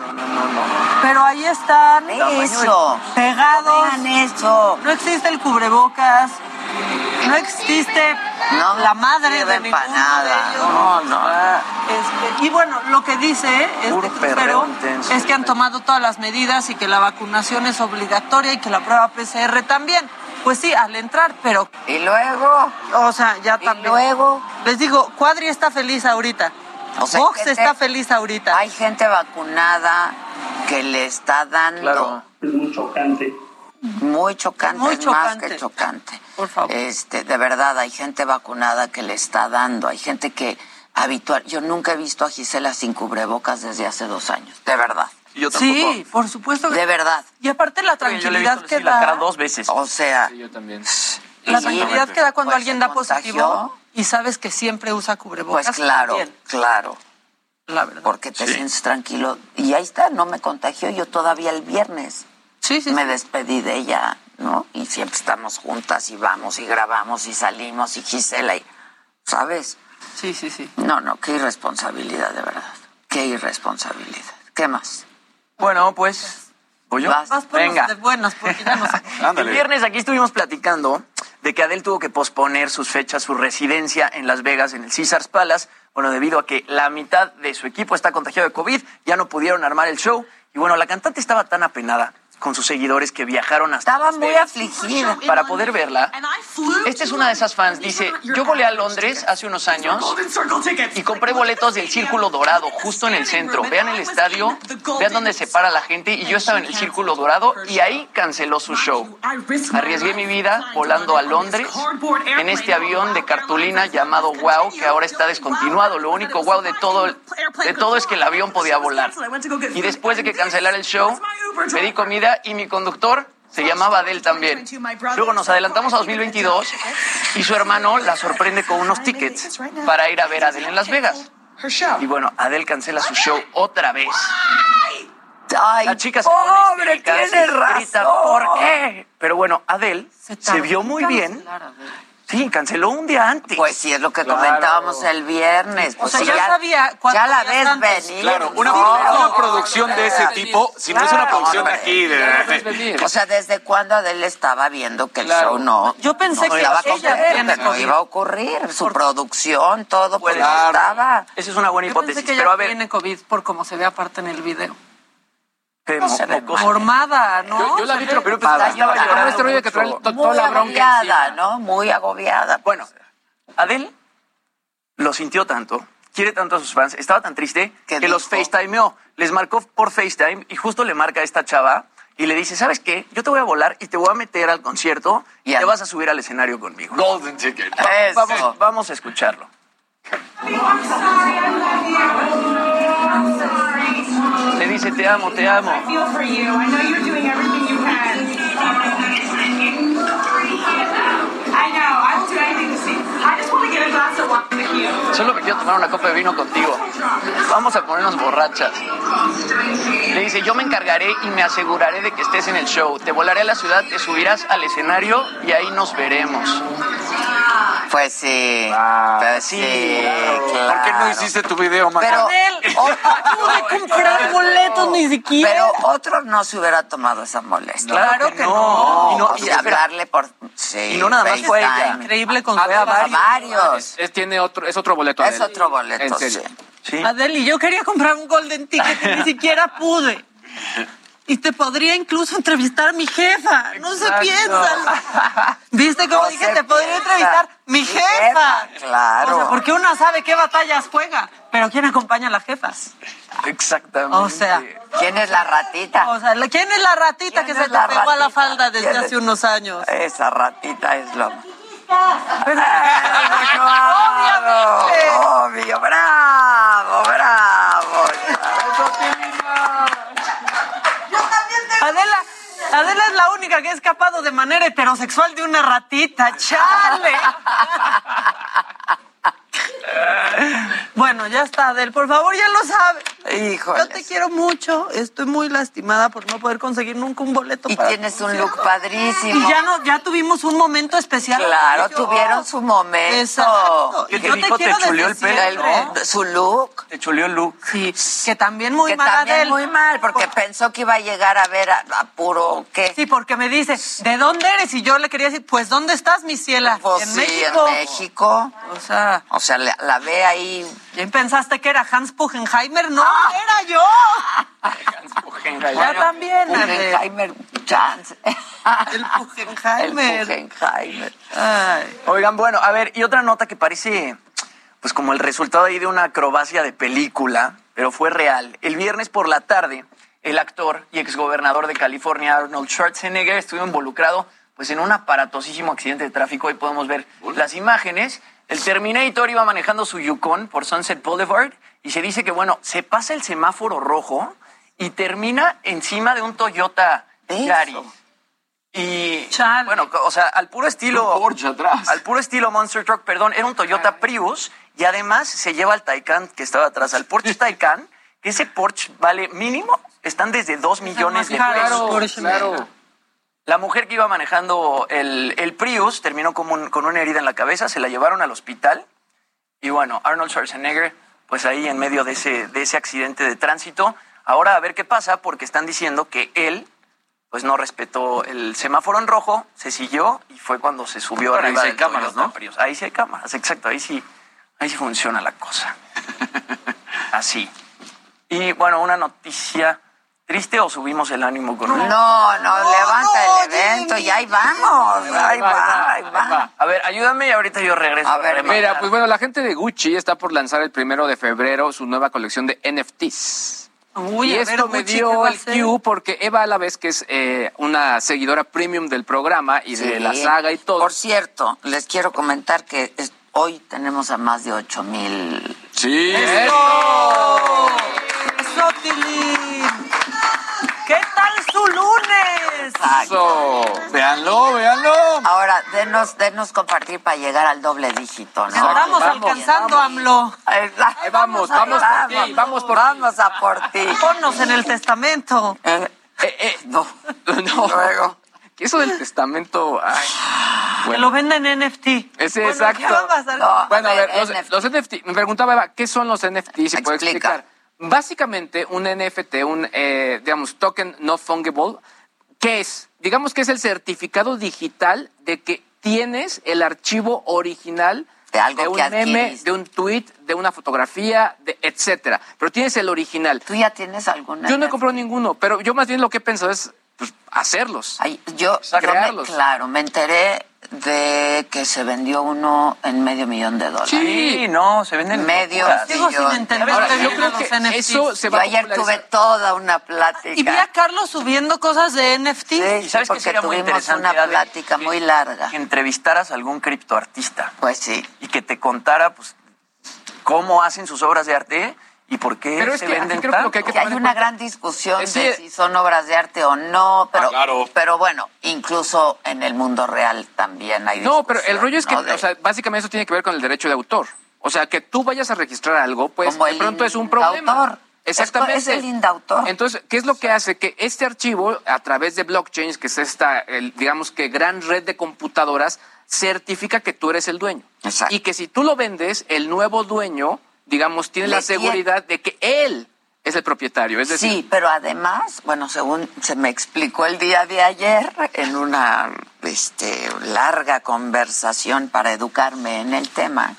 pero ahí están Eso. pegados. Vean eso. No existe el cubrebocas, no existe No la madre sirven de ninguno pa' nada. de ellos. No, no. Este, y bueno, lo que dice Puro este perreo crucero intenso. es que han tomado todas las medidas y que la vacunación es obligatoria y que la prueba P C R también. Pues sí, al entrar, pero, Y luego, o sea, ya y también. luego. Les digo, Cuadri está feliz ahorita. O sea, Vox gente- está feliz ahorita. Hay gente vacunada que le está dando. Claro. Muy chocante. Muy chocante, Muy es más chocante. que chocante. Por favor. Este, de verdad, hay gente vacunada que le está dando. Hay gente que habitual. Yo nunca he visto a Gisela sin cubrebocas desde hace dos años. De verdad. Yo tampoco. Sí, por supuesto. que- De verdad. Y aparte la Yo le he tranquilidad visto que así la cara da. dos veces. O sea, Sí, yo también. La Sí, tranquilidad que da cuando pues, alguien se da positivo contagió. y sabes que siempre usa cubrebocas. pues claro, también, claro. la verdad. Porque te Sí. sientes tranquilo. Y ahí está, no me contagió. Yo todavía el viernes Sí, sí, me sí. despedí de ella, ¿no? Y siempre estamos juntas y vamos y grabamos y salimos y Gisela y, ¿sabes? Sí, sí, sí. No, no, qué irresponsabilidad, de verdad. Qué irresponsabilidad. ¿Qué más? Bueno, pues. ¿Voy yo? Vas. Vas por los Venga. de buenas, porque ya no sé. El viernes aquí estuvimos platicando de que Adele tuvo que posponer sus fechas, su residencia en Las Vegas, en el Caesars Palace, bueno, debido a que la mitad de su equipo está contagiado de COVID, ya no pudieron armar el show, y bueno, la cantante estaba tan apenada con sus seguidores que viajaron hasta Estaba Las muy Vegas afligida. para poder verla. Esta es una de esas fans, dice, yo volé a Londres hace unos años y compré boletos del Círculo Dorado, justo en el centro. Vean el estadio, vean dónde se para la gente, y yo estaba en el Círculo Dorado y ahí canceló su show. Arriesgué mi vida volando a Londres en este avión de cartulina llamado Wow, que ahora está descontinuado. Lo único wow de todo, de todo es que el avión podía volar. Y después de que cancelara el show, pedí comida y mi conductor se llamaba Adele también. Luego nos adelantamos a dos mil veintidós y su hermano la sorprende con unos tickets para ir a ver a Adele en Las Vegas. Y bueno, Adele cancela su show otra vez. Ay, La chica se pone pobre, histérica, tienes se razón. grita, ¿por qué? Pero bueno, Adele se, tardó vio en muy bien. cancelar, a ver. Sí, canceló un día antes. Pues sí, es lo que Claro. comentábamos el viernes. Pues sea, sí, ya sabía cuántos Ya la días ves antes. venir. Claro, una, No, una no, producción de ese tipo, si no es una Claro, producción de hombre. aquí, de, Ya no puedes de- venir. O sea, ¿desde cuándo Adele estaba viendo que el Claro. show no, Yo pensé no que iba a ella ocurrir, tiene que no COVID. iba a ocurrir? Su producción, todo, pues Puede no ser. estaba. Esa es una buena Yo hipótesis. pensé que Pero a ella ver, tiene COVID por cómo se ve aparte en el video. Qué No mo- se ve mocosa. Formada, ¿no? Yo, yo la vi, pero, pero pues, Está estaba llorando llorando. Este rollo que trae mucho. to- Muy toda la bronca agobiada, encima. ¿no? Muy agobiada. Bueno, Adele lo sintió tanto, quiere tanto a sus fans, estaba tan triste ¿Qué que dijo? los FaceTimeó. Les marcó por FaceTime y justo le marca a esta chava y le dice, ¿sabes qué? Yo te voy a volar y te voy a meter al concierto y Ya. te vas a subir al escenario conmigo. Golden ticket. Eso. Vamos, vamos a escucharlo. Le dice, te amo, te amo. Solo me quiero tomar una copa de vino contigo. Vamos a ponernos borrachas. Le dice, yo me encargaré y me aseguraré de que estés en el show. Te volaré a la ciudad, te subirás al escenario y ahí nos veremos. Pues sí. Pues sí, claro. ¿Por qué no hiciste tu video, Maca? Pero, Adel, o- no pude comprar boletos ni siquiera. pero otro no se hubiera tomado esa molestia. Claro que no. Y no, O y sea, espera, hablarle por... Sí, Y no nada más fue ella. FaceTime. Increíble con Había su- varios. Varios. Es, tiene otro, es otro boleto. Es Adele. otro boleto, En serio. sí. Sí. Adel, y yo quería comprar un Golden Ticket y ni siquiera pude. Y te podría incluso entrevistar a mi jefa. No se Exacto. piensa. ¿Viste cómo No dije? se Te podría piensa. entrevistar mi Mi jefa. jefa, claro. O sea, porque una sabe qué batallas juega, pero ¿quién acompaña a las jefas? Exactamente. O sea, ¿Quién es la ratita? o sea, ¿quién es la ratita ¿Quién que es se te la pegó a la ratita? falda desde ¿Quién es? hace unos años? Esa ratita es lo... Obviamente. Obvio, bravo, bravo. Adela, Adela es la única que ha escapado de manera heterosexual de una ratita. ¡Chale! Bueno, ya está, Adel, por favor, ya lo sabes. Híjole. Yo te quiero mucho, estoy muy lastimada por no poder conseguir nunca un boleto Y para tienes tu un concierto. look padrísimo. Y ya no, ya tuvimos un momento especial. Claro, Yo- tuvieron su momento. Exacto. ¿Qué Y te yo dijo? te quiero ¿Te chuleó desde el pelo? siempre. El- su look. Te chuleó el look. Sí, que también muy que mal, también Adel. muy mal, porque pensó que iba a llegar a ver a, a puro qué. Sí, porque me dice, ¿de dónde eres? Y yo le quería decir, pues, ¿dónde estás, mi ciela? Pues en sí, México. en México. O sea, O sea, la, la ve ahí. ¿quién pensaste que era Hans Puchenheimer? No, Ah. era yo. Ya también, Adel. Puchenheimer Chance. El Puchenheimer. El Puchenheimer. Ay. Oigan, bueno, a ver, y otra nota que parece, pues como el resultado ahí de una acrobacia de película, pero fue real. El viernes por la tarde, el actor y exgobernador de California, Arnold Schwarzenegger, estuvo involucrado pues en un aparatosísimo accidente de tráfico. Ahí podemos ver las imágenes. El Terminator iba manejando su Yukon por Sunset Boulevard y se dice que, bueno, se pasa el semáforo rojo y termina encima de un Toyota Yaris. Y, Chale. bueno, o sea, al puro estilo... Un Porsche atrás. Al puro estilo Monster Truck, perdón, era un Toyota Prius y además se lleva al Taycan que estaba atrás, al Porsche Taycan, que ese Porsche vale mínimo, están desde dos millones de Claro, pesos. Porsche, Claro. La mujer que iba manejando el, el Prius terminó con, un- con una herida en la cabeza, se la llevaron al hospital y bueno, Arnold Schwarzenegger, pues ahí en medio de ese, de ese accidente de tránsito. Ahora a ver qué pasa, porque están diciendo que él pues no respetó el semáforo en rojo, se siguió y fue cuando se subió Bueno, ahí arriba sí hay del cámaras, Toyota ¿no? Prius. Ahí sí hay cámaras, exacto, ahí sí, ahí sí funciona la cosa. Así. Y bueno, una noticia triste, o subimos el ánimo con una... No, no, levanta no, el evento Jimmy. y ahí vamos. Ahí va, ahí va. A ver, ayúdame y ahorita yo regreso. A ver, rematar. Mira, pues bueno, la gente de Gucci está por lanzar el primero de febrero su nueva colección de N F Ts. Uy, y a ver, esto me Gucci, ¿qué dio va a el hacer? cue porque Eva Alavés, que es eh, una seguidora premium del programa y de Sí. la saga y todo. Por cierto, les quiero comentar que es- hoy tenemos a más de ocho mil. Sí. ¡Eso! ¡Eso, Tilín! ¿Qué tal su lunes? Eso. Véanlo, véanlo. Ahora, denos, denos compartir para llegar al doble dígito, ¿no? Andamos Vamos, alcanzando, vamos. AMLO. Ahí Ahí vamos, vamos por ti, vamos por ti. Vamos a por ti. Ponnos en el testamento. Eh, Eh, eh, no. no. Luego. ¿Qué eso del testamento? Ay, Que bueno. lo venda en N F T. Ese, Bueno, exacto. ¿qué va a pasar? No. Bueno, a A ver, ver, los, N F T. los N F T. Me preguntaba Eva, ¿qué son los N F T? Si puede Explica. explicar. Básicamente, un N F T, un, eh, digamos, token no fungible, ¿qué es? Digamos que es el certificado digital de que tienes el archivo original de algo de un que meme, adquiriste. de un tweet, de una fotografía, de etcétera. Pero tienes el original. ¿Tú ya tienes alguna? Yo no he comprado ninguno, pero yo más bien lo que he pensado es pues, hacerlos. Ay, yo, yo crearlos. Me, claro, me enteré de que se vendió uno en medio millón de dólares. Sí, no, se venden medio Sigo sin millón. entender Ahora, qué yo vienen creo los que N F Ts. eso se Yo va a ayer popularizar. tuve toda una plática. Y vi a Carlos subiendo cosas de N F Ts. Sí, ¿Y sabes qué porque sería muy tuvimos interesante, una Adel? plática muy larga. Que entrevistaras a algún criptoartista. Pues sí. Y que te contara, pues, cómo hacen sus obras de arte y por qué Pero es se que aquí venden creo que tanto. lo que hay que Que hay tomar en una cuenta- gran discusión Sí. de si son obras de arte o no, pero, Ah, claro. pero bueno, incluso en el mundo real también hay discusión. No, pero el rollo es que, ¿no? De- o sea, básicamente eso tiene que ver con el derecho de autor. O sea, que tú vayas a registrar algo, pues Como de el pronto es un problema. indautor. Exactamente. Es, es el indautor. Entonces, ¿qué es lo que hace? Que este archivo, a través de blockchains, que es esta, el, digamos que gran red de computadoras, certifica que tú eres el dueño. Exacto. Y que si tú lo vendes, el nuevo dueño, digamos, tiene Le la seguridad de que él es el propietario. Es decir, Sí, pero además, bueno, según se me explicó el día de ayer en una este, larga conversación para educarme en el tema,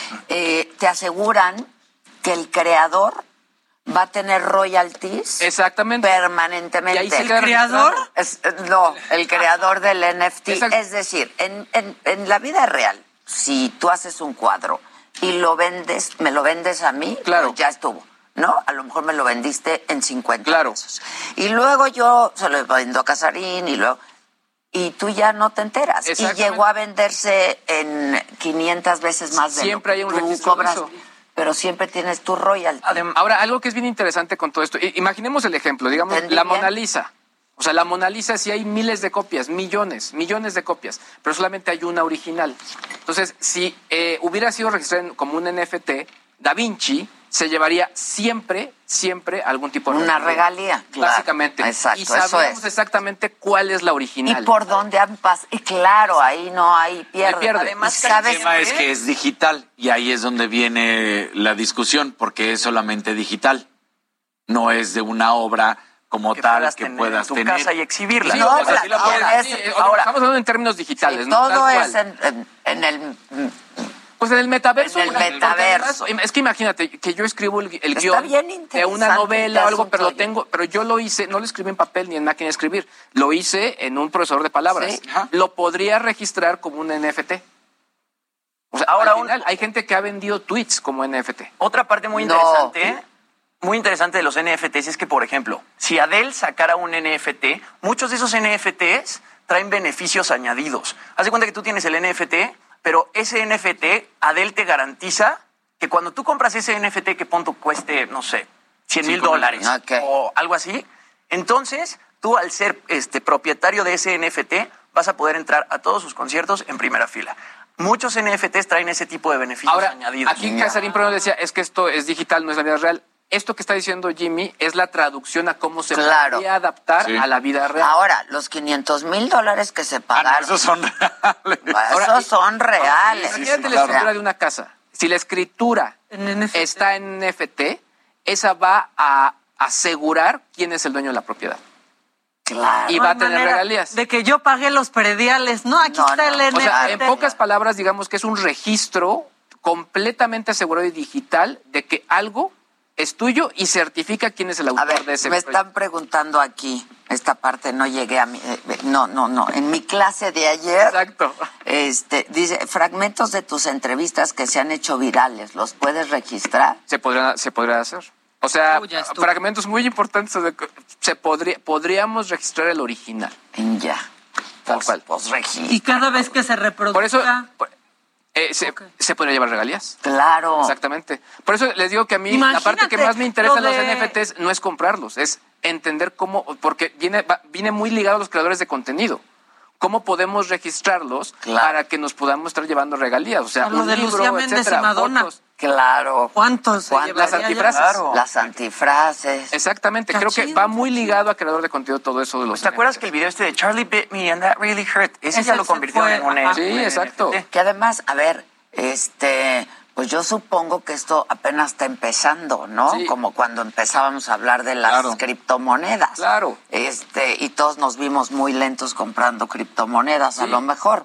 eh, te aseguran que el creador va a tener royalties exactamente. permanentemente. Y ahí se ¿El queda creador? registrado. Es- eh, no, el creador del N F T. Exacto. Es decir, en, en, en la vida real, si tú haces un cuadro y lo vendes, me lo vendes a mí, Claro. pues ya estuvo, ¿no? A lo mejor me lo vendiste en cincuenta Claro. pesos. Y luego yo se lo vendo a Casarín y luego... Y tú ya no te enteras. Y Exactamente. llegó a venderse en quinientas veces más de Siempre lo hay que un tú registro de cobras, eso. pero siempre tienes tu royalty. Adem- Ahora, algo que es bien interesante con todo esto, i- imaginemos el ejemplo, digamos, ¿Entendí la bien? Mona Lisa. O sea, la Mona Lisa sí hay miles de copias, millones, millones de copias, pero solamente hay una original. Entonces, si eh, hubiera sido registrado en- como un N F T, Da Vinci se llevaría siempre, siempre algún tipo de Una regalía, claro. Básicamente. Exacto, y eso sabemos es. exactamente cuál es la original. Y por dónde han pasado. Y claro, ahí no hay pierde. pierde. Además, El ¿sabes? tema es que es digital y ahí es donde viene la discusión, porque es solamente digital, no es de una obra como Que tal puedas que tener puedas en tu tener. casa y exhibirla. Sí, No, o sea, la- sí la ahora puedes- es- sí, eh, ahora- estamos hablando en términos digitales, Sí, ¿no? todo Tal es cual. en, en, en el... Pues en el metaverso. En el porque metaverso. además, es que imagínate que yo escribo el, el Está guión bien de interesante una novela este o algo, pero lo asunto, tengo, pero yo lo hice, no lo escribí en papel ni en máquina de escribir, lo hice en un procesador de palabras. Sí. Ajá. Lo podría registrar como un N F T. O sea, Ahora al un- final, hay gente que ha vendido tweets como N F T. Otra parte muy No. interesante, muy interesante de los N F Ts es que, por ejemplo, si Adele sacara un N F T, muchos de esos N F Ts traen beneficios añadidos. Haz de cuenta que tú tienes el N F T, pero ese N F T, Adele te garantiza que cuando tú compras ese N F T que punto cueste, no sé, cien mil dólares Ok. o algo así, entonces tú al ser este propietario de ese N F T vas a poder entrar a todos sus conciertos en primera fila. Muchos N F Ts traen ese tipo de beneficios Ahora, añadidos. aquí Casarín primero decía, es que esto es digital, no es la vida real. Esto que está diciendo Jimmy es la traducción a cómo se Claro. podría adaptar Sí. a la vida real. Ahora, los quinientos mil dólares que se Ah, no, pagaron, esos son reales. esos Ahora, son reales. Imagínate la O sea, escritura de una casa. Si la escritura En N F T. está en N F T, esa va a asegurar quién es el dueño de la propiedad. Claro. Y No va hay a tener manera regalías. De que yo pagué los prediales. No, aquí No, está no. el N F T. O sea, en pocas palabras, digamos que es un registro completamente asegurado y digital de que algo es tuyo y certifica quién es el A autor ver, de ese me proyecto. están preguntando aquí, esta parte no llegué a mi, eh, no, no, no, en mi clase de ayer, Exacto. este, dice, fragmentos de tus entrevistas que se han hecho virales, ¿los puedes registrar? Se podrá, se podrá hacer. O sea, Uh, ya estuvo. fragmentos muy importantes. de- se podría, podríamos registrar el original. En ya. Tal Pues, cual. pues registra. Y cada vez que se reproduzca... Por eso por- eh, se, Ok. se podría llevar regalías. Claro. Exactamente. Por eso les digo que a mí la parte que Imagínate más me interesa en lo los de- N F Ts no es comprarlos, es entender cómo, porque viene, va- viene muy ligado a los creadores de contenido. ¿Cómo podemos registrarlos Claro. para que nos podamos estar llevando regalías? O sea, A lo un de libro, Lucía Méndez y etcétera, Madonna. fotos. Claro. ¿Cuántos se ¿Cuántas llevaría las ya? antifrases? Claro. Las antifrases. Exactamente. Está Creo que chido, va está muy ligado a creador de contenido todo eso de los ¿Te acuerdas N F Ts. que el video este de Charlie Bit Me and That Really Hurt? Ese, Ese ya lo se convirtieron fue, en un, ajá. un Sí, N F T. exacto. Que además, a ver, este, pues yo supongo que esto apenas está empezando, ¿no? Sí. Como cuando empezábamos a hablar de las Claro. criptomonedas. Claro. Este, y todos nos vimos muy lentos comprando criptomonedas, a Sí. lo mejor.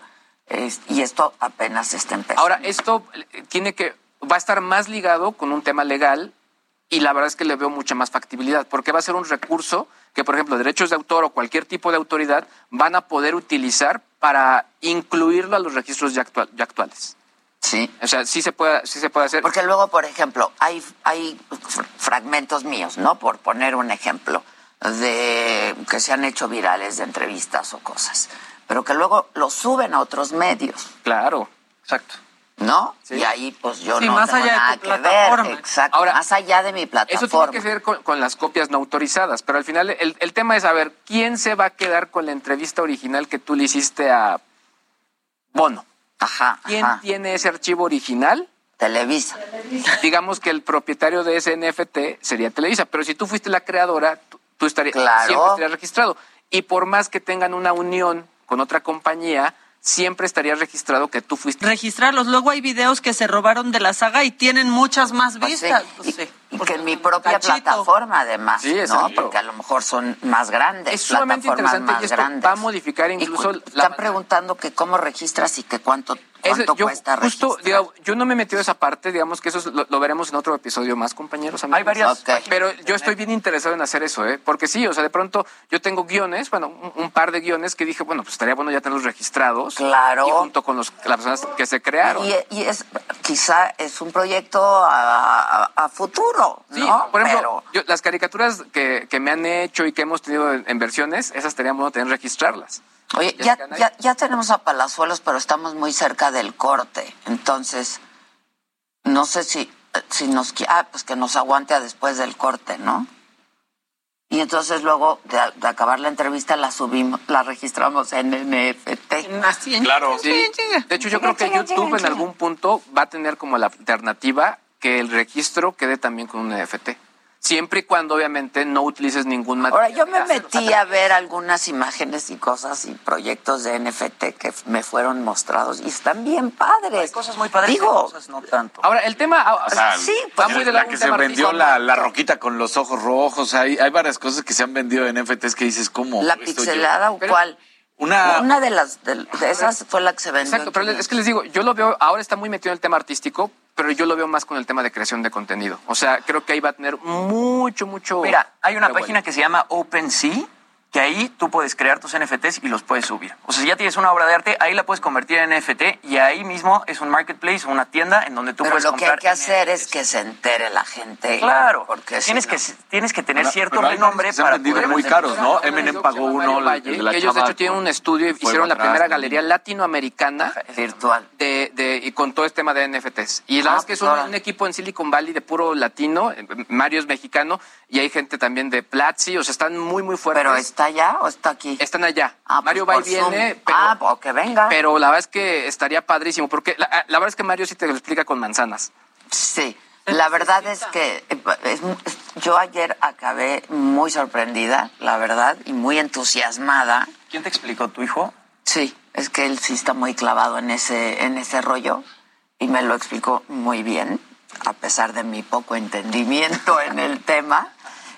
Es, y esto apenas está empezando. Ahora, esto tiene que, va a estar más ligado con un tema legal y la verdad es que le veo mucha más factibilidad, porque va a ser un recurso que, por ejemplo, derechos de autor o cualquier tipo de autoridad van a poder utilizar para incluirlo a los registros ya, actual, ya actuales. Sí. O sea, sí se puede, sí se puede hacer. Porque luego, por ejemplo, hay, hay fragmentos míos, ¿no? Por poner un ejemplo, de que se han hecho virales de entrevistas o cosas, pero que luego los suben a otros medios. Claro, exacto. ¿No? Sí. Y ahí pues yo sí, no más tengo allá nada de tu que plataforma. ver. Exacto, Ahora, más allá de mi plataforma. Eso tiene que ver con, con las copias no autorizadas, pero al final el, el tema es saber quién se va a quedar con la entrevista original que tú le hiciste a Bono. Ajá. ¿Quién ajá. tiene ese archivo original? Televisa. Digamos que el propietario de ese N F T sería Televisa, pero si tú fuiste la creadora, tú, tú estarías, claro. siempre estarías registrado. Y por más que tengan una unión con otra compañía, siempre estarías registrado que tú fuiste. Registrarlos. Luego hay videos que se robaron de la saga y tienen muchas más Pues vistas. sí. Pues sí. Y, y que en mi propia Cachito. plataforma, además, Sí, ¿no? exacto. Porque a lo mejor son más grandes. Es sumamente plataformas interesante más y esto grandes. va a modificar incluso Y cu- la están preguntando que cómo registras y que cuánto, Eso, cuánto yo, cuesta justo, registrar. digo, yo no me he metido a esa parte, digamos que eso es- lo, lo veremos en otro episodio más, compañeros. Amigos. Hay varias Ok. Pero yo estoy bien interesado en hacer eso, ¿eh? Porque sí, o sea, de pronto yo tengo guiones, bueno, un, un par de guiones que dije, bueno, pues estaría bueno ya tenerlos registrados. Claro. Y junto con los, las personas que se crearon. Y, y es quizá es un proyecto a, a- a futuro, Sí, ¿no? por ejemplo, Pero yo- las caricaturas que, que me han hecho y que hemos tenido en, en versiones, esas estaría bueno tener registrarlas. oye, Ya ya, están ahí. ya, ya tenemos a Palazuelos, pero estamos muy cerca del corte. Entonces, no sé si, si nos... qui- Ah, pues que nos aguante a después del corte, ¿no? Y entonces luego de, de acabar la entrevista la subimos, la registramos en N F T. Así en- Claro. Sí. De hecho, yo creo que YouTube en algún punto va a tener como la alternativa que el registro quede también con un N F T. Siempre y cuando, obviamente, no utilices ningún Ahora, material. yo me metí a ver algunas imágenes y cosas y proyectos de N F T que me fueron mostrados y están bien padres. Hay cosas muy padres, Digo, hay cosas no tanto. Ahora, el tema... ah, o sea, sí, va pues, muy de la lado que un se tema vendió artístico. la, la roquita con los ojos rojos, hay, hay varias cosas que se han vendido en N F Ts que dices, ¿cómo? ¿la Esto yo- pixelada o Pero- cuál? Una, Una de las de, de esas fue la que se vendió. Exacto, pero es que les digo, yo lo veo, ahora está muy metido en el tema artístico, pero yo lo veo más con el tema de creación de contenido. O sea, creo que ahí va a tener mucho, mucho... Mira, hay una revuelo. página que se llama OpenSea, que ahí tú puedes crear tus N F Ts y los puedes subir. O sea, si ya tienes una obra de arte, ahí la puedes convertir en N F T y ahí mismo es un marketplace, una tienda en donde tú Pero puedes lo que hay comprar que hacer N F Ts. es que se entere la gente. Claro, porque tienes, si que, no- tienes que tener Pero- cierto pero hay renombre varios que se han para vendido poder muy vender. caros, ¿no? Hay Eminem uno pagó que se llama uno, Mario Valle, el de la que ellos de chava hecho tienen con un estudio, fuego hicieron la atrás primera también. galería latinoamericana virtual. de, de, y con todo este tema de N F Ts. Y la Ah, verdad es que es un, pues, un equipo en Silicon Valley de puro latino, eh, Mario es mexicano, y hay gente también de Platzi, o sea, están muy, muy fuertes. ¿Pero está allá o está aquí? Están allá. Ah, pues Mario va y por Zoom. viene, pero, Ah, pues que venga. pero la verdad es que estaría padrísimo, porque la, la verdad es que Mario sí te lo explica con manzanas. Sí, la verdad es que eh, es- es- yo ayer acabé muy sorprendida, la verdad, y muy entusiasmada. ¿Quién te explicó, tu hijo? Sí, es que él sí está muy clavado en ese, en ese rollo y me lo explicó muy bien, a pesar de mi poco entendimiento en el tema.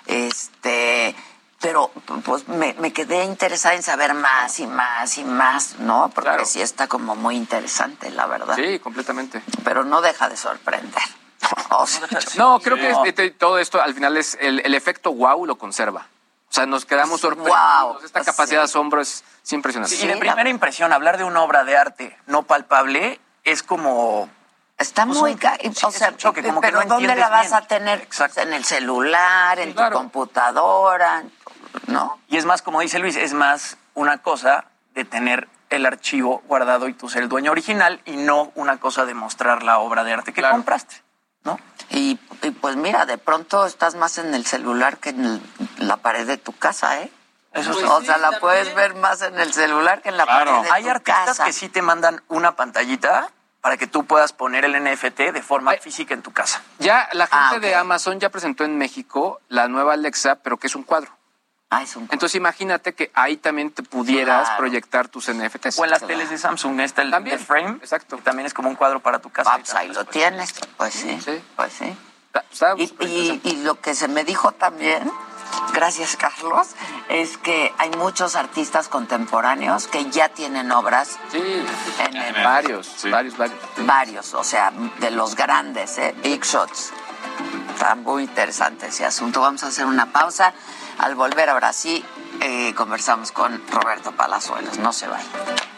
Este, pero pues me, me quedé interesada en saber más y más y más, ¿no? Porque Claro. sí está como muy interesante, la verdad. Sí, completamente. Pero no deja de sorprender. O sea, No, creo que este- todo esto al final es el, el efecto wow lo conserva. O sea, nos quedamos sorprendidos. Wow. Esta capacidad de Sí. asombro es, es impresionante. Y de primera impresión, hablar de una obra de arte no palpable es como... Está Pues muy... un- ca- sí, o es sea, un choque, como que pero no ¿dónde entiendes la vas bien. a tener? Exacto. En el celular, en claro. tu computadora, ¿no? Y es más, como dice Luis, es más una cosa de tener el archivo guardado y tú ser el dueño original y no una cosa de mostrar la obra de arte que Claro. compraste, ¿no? Y, y pues mira, de pronto estás más en el celular que en el- la pared de tu casa, ¿eh? Eso sí. O sea, la puedes ver más en el celular que en la Claro. pared de Hay tu artistas casa. que sí te mandan una pantallita para que tú puedas poner el N F T de forma Ay. física en tu casa. Ya la gente Ah, ok. de Amazon ya presentó en México la nueva Alexa, pero que es un cuadro. Ah, es un... Entonces imagínate que ahí también te pudieras Claro. proyectar tus N F Ts. O en las Claro. teles de Samsung está el También, The Frame, exacto. que también es como un cuadro para tu casa. Ah, pues ahí lo tienes. Pues sí, Sí. pues sí. Está- está Y, súper y, interesante. y lo que se me dijo también gracias Carlos, es que hay muchos artistas contemporáneos que ya tienen obras. Sí, en el, varios, sí. varios, varios. Sí. Varios, o sea, de los grandes, ¿eh? Big shots. Está muy interesante ese asunto. Vamos a hacer una pausa. Al volver ahora sí, eh, conversamos con Roberto Palazuelos. No se vayan.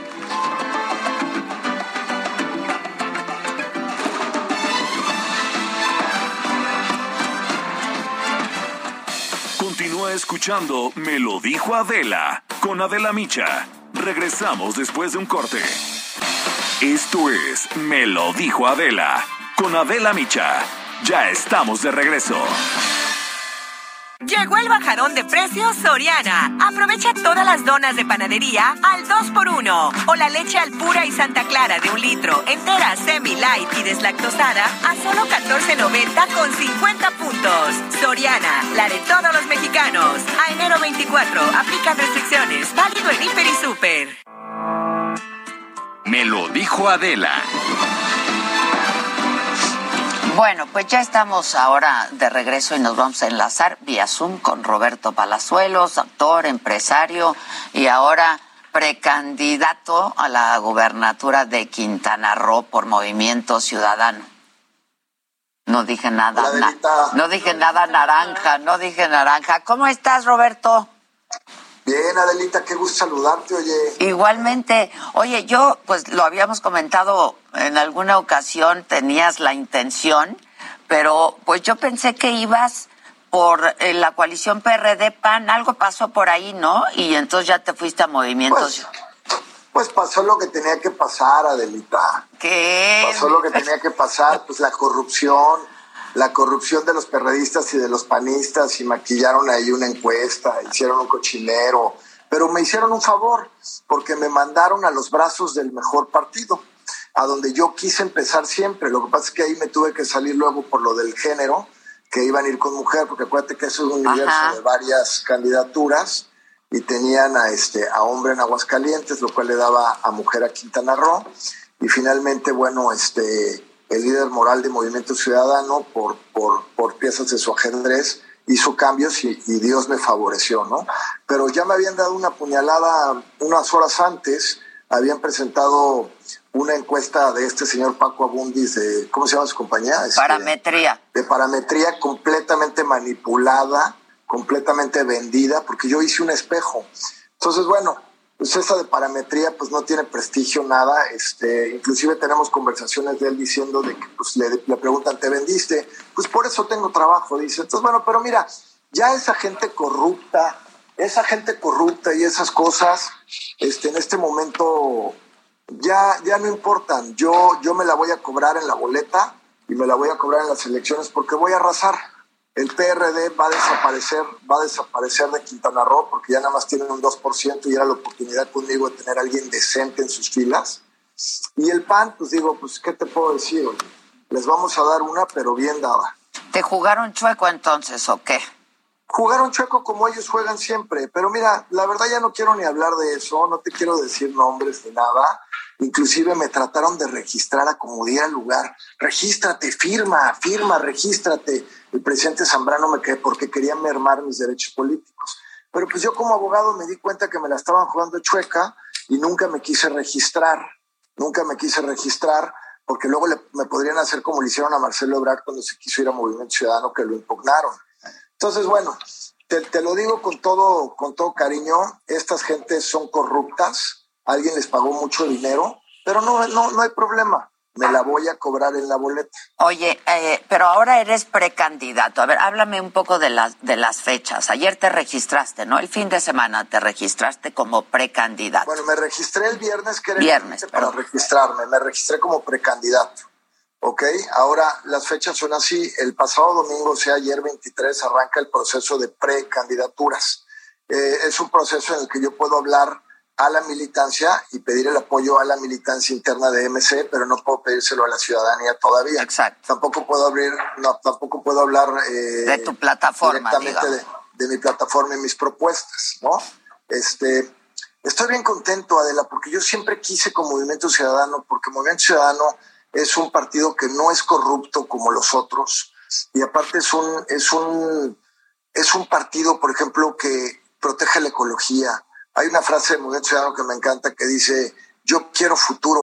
Continúa escuchando Me lo dijo Adela con Adela Micha. Regresamos después de un corte. Esto es Me lo dijo Adela con Adela Micha. Ya estamos de regreso. Llegó el bajadón de precios Soriana. Aprovecha todas las donas de panadería al dos por uno. O la leche Alpura y Santa Clara de un litro, entera, semi-light y deslactosada a solo catorce noventa con cincuenta puntos. Soriana, la de todos los mexicanos. A enero veinticuatro, aplican restricciones. Válido en Hiper y Super. Me lo dijo Adela. Bueno, pues ya estamos ahora de regreso y nos vamos a enlazar vía Zoom con Roberto Palazuelos, actor, empresario y ahora precandidato a la gubernatura de Quintana Roo por Movimiento Ciudadano. No dije nada, na, no dije nada naranja, no dije naranja. ¿Cómo estás, Roberto? Bien, Adelita, qué gusto saludarte, oye. Igualmente. Oye, yo, pues lo habíamos comentado en alguna ocasión, tenías la intención, pero pues yo pensé que ibas por eh, la coalición P R D P A N, algo pasó por ahí, ¿no? Y entonces ya te fuiste a Movimientos. Pues, pues pasó lo que tenía que pasar, Adelita. ¿Qué? Pasó lo que tenía que pasar, pues la corrupción, la corrupción de los perredistas y de los panistas, y maquillaron ahí una encuesta, hicieron un cochinero, pero me hicieron un favor, porque me mandaron a los brazos del mejor partido, a donde yo quise empezar siempre. Lo que pasa es que ahí me tuve que salir luego por lo del género, que iban a ir con mujer, porque acuérdate que eso es un universo Ajá. de varias candidaturas, y tenían a este a hombre en Aguascalientes, lo cual le daba a mujer a Quintana Roo, y finalmente, bueno, este el líder moral de Movimiento Ciudadano, por, por, por piezas de su ajedrez, hizo cambios y, y Dios me favoreció, ¿no? Pero ya me habían dado una puñalada unas horas antes, habían presentado una encuesta de este señor Paco Abundis, de, ¿cómo se llama su compañía? Este, parametría. De parametría, completamente manipulada, completamente vendida, porque yo hice un espejo. Entonces, bueno, pues esa de parametría pues no tiene prestigio, nada. Este, inclusive tenemos conversaciones de él diciendo de que pues le, le preguntan, ¿te vendiste? Pues por eso tengo trabajo, dice. Entonces, bueno, pero mira, ya esa gente corrupta, esa gente corrupta y esas cosas, este, en este momento ya, ya no importan. Yo, yo me la voy a cobrar en la boleta y me la voy a cobrar en las elecciones porque voy a arrasar. El P R D va a desaparecer, va a desaparecer de Quintana Roo porque ya nada más tienen un dos por ciento y era la oportunidad conmigo de tener a alguien decente en sus filas. Y el P A N, pues digo, pues ¿qué te puedo decir? Les vamos a dar una, pero bien dada. ¿Te jugaron chueco entonces o qué? Jugaron chueco como ellos juegan siempre, pero mira, la verdad ya no quiero ni hablar de eso, no te quiero decir nombres ni nada. Inclusive me trataron de registrar a como diera lugar. Regístrate, firma, firma, regístrate. El presidente Zambrano me quedé porque quería mermar mis derechos políticos. Pero pues yo como abogado me di cuenta que me la estaban jugando chueca y nunca me quise registrar. Nunca me quise registrar porque luego le, me podrían hacer como le hicieron a Marcelo Ebrard cuando se quiso ir a Movimiento Ciudadano, que lo impugnaron. Entonces, bueno, te, te lo digo con todo, con todo cariño, estas gentes son corruptas, alguien les pagó mucho dinero, pero no, no, no hay problema, me la voy a cobrar en la boleta. Oye, eh, pero ahora eres precandidato. A ver, háblame un poco de las, de las fechas. Ayer te registraste, ¿no? El fin de semana te registraste como precandidato. Bueno, me registré el viernes, que era viernes, el para registrarme, me registré como precandidato. Ok, ahora las fechas son así. El pasado domingo, o sea, ayer veintitrés, arranca el proceso de precandidaturas. Eh, es un proceso en el que yo puedo hablar a la militancia y pedir el apoyo a la militancia interna de M C, pero no puedo pedírselo a la ciudadanía todavía. Exacto. Tampoco puedo abrir, no, tampoco puedo hablar eh, de tu plataforma, directamente de, de mi plataforma y mis propuestas, ¿no? Este, estoy bien contento, Adela, porque yo siempre quise con Movimiento Ciudadano, porque Movimiento Ciudadano es un partido que no es corrupto como los otros y aparte es un es un es un partido, por ejemplo, que protege la ecología. Hay una frase de Movimiento Ciudadano que me encanta que dice, yo quiero futuro.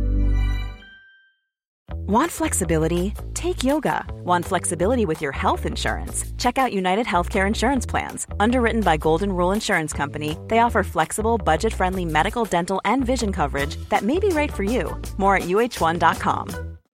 Want flexibility? Take yoga. Want flexibility with your health insurance? Check out United Healthcare Insurance Plans. Underwritten by Golden Rule Insurance Company, they offer flexible, budget-friendly medical, dental, and vision coverage that may be right for you. More at U H one dot com.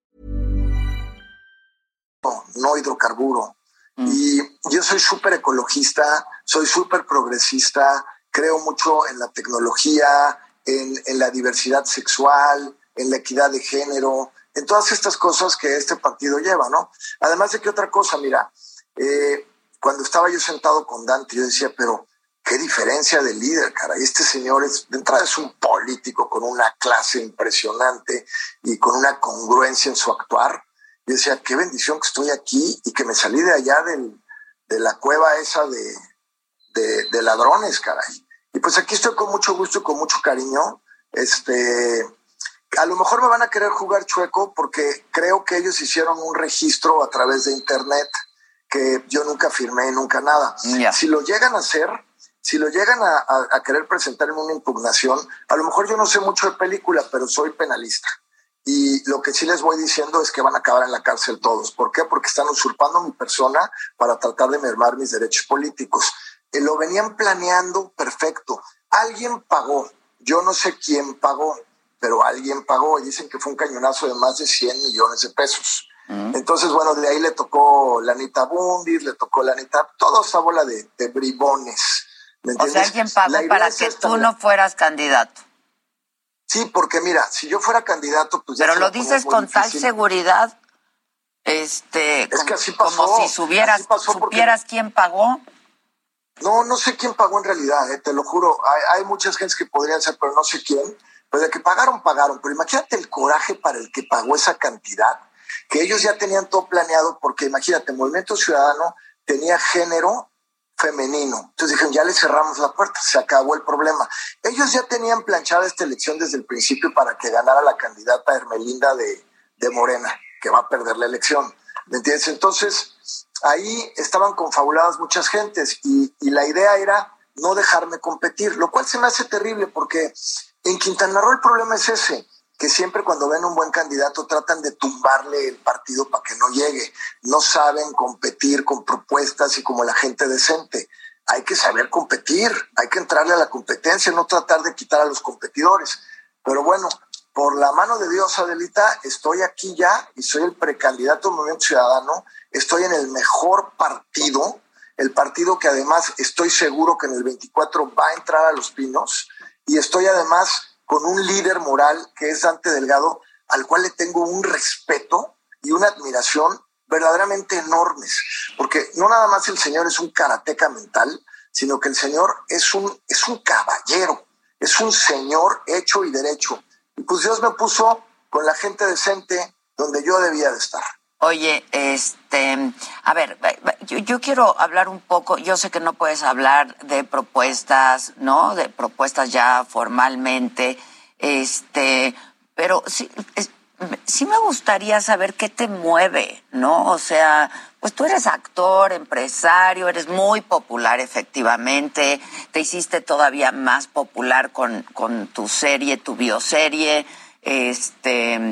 No, no hidrocarburo. Mm. Y yo soy súper ecologista, soy súper progresista, creo mucho en la tecnología, en, en la diversidad sexual, en la equidad de género, en todas estas cosas que este partido lleva, ¿no? Además de que otra cosa, mira, eh, cuando estaba yo sentado con Dante, yo decía, pero qué diferencia de líder, caray. Este señor es, de entrada es un político con una clase impresionante y con una congruencia en su actuar. Yo decía, qué bendición que estoy aquí y que me salí de allá del, de la cueva esa de, de, de ladrones, caray. Y pues aquí estoy con mucho gusto y con mucho cariño. Este... A lo mejor me van a querer jugar chueco porque creo que ellos hicieron un registro a través de internet que yo nunca firmé, nunca nada. Yeah. Si lo llegan a hacer, si lo llegan a, a, a querer presentar en una impugnación, a lo mejor yo no sé mucho de película, pero soy penalista. Y lo que sí les voy diciendo es que van a acabar en la cárcel todos. ¿Por qué? Porque están usurpando mi persona para tratar de mermar mis derechos políticos. Eh, lo venían planeando perfecto. Alguien pagó. Yo no sé quién pagó, pero alguien pagó y dicen que fue un cañonazo de más de cien millones de pesos. Mm. Entonces, bueno, de ahí le tocó la Anita Bundis, le tocó la Anita, toda esa bola de, de bribones. ¿Me entiendes? O sea, alguien pagó para que tú también no fueras candidato. Sí, porque mira, si yo fuera candidato, pues ya pero lo dices con difícil. Tal seguridad, este, es como, que así pasó, como si supieras, supieras porque... quién pagó. No, no sé quién pagó en realidad, eh, te lo juro. Hay, hay muchas gentes que podrían ser, pero no sé quién. Pero de que pagaron, pagaron. Pero imagínate el coraje para el que pagó esa cantidad, que ellos ya tenían todo planeado, porque imagínate, Movimiento Ciudadano tenía género femenino. Entonces dijeron, ya le cerramos la puerta, se acabó el problema. Ellos ya tenían planchada esta elección desde el principio para que ganara la candidata Hermelinda de, de Morena, que va a perder la elección. ¿Me entiendes? Entonces, ahí estaban confabuladas muchas gentes y, y la idea era no dejarme competir, lo cual se me hace terrible porque en Quintana Roo el problema es ese, que siempre cuando ven un buen candidato tratan de tumbarle el partido para que no llegue. No saben competir con propuestas y como la gente decente. Hay que saber competir, hay que entrarle a la competencia, no tratar de quitar a los competidores. Pero bueno, por la mano de Dios, Adelita, estoy aquí ya y soy el precandidato del Movimiento Ciudadano. Estoy en el mejor partido, el partido que además estoy seguro que en el veinticuatro va a entrar a Los Pinos. Y estoy además con un líder moral que es Dante Delgado, al cual le tengo un respeto y una admiración verdaderamente enormes. Porque no nada más el señor es un karateca mental, sino que el señor es un, es un caballero, es un señor hecho y derecho. Y pues Dios me puso con la gente decente donde yo debía de estar. Oye, este, a ver, yo, yo quiero hablar un poco, yo sé que no puedes hablar de propuestas, ¿no? De propuestas ya formalmente, este, pero sí, es, sí me gustaría saber qué te mueve, ¿no? O sea, pues tú eres actor, empresario, eres muy popular efectivamente, te hiciste todavía más popular con, con tu serie, tu bioserie, este...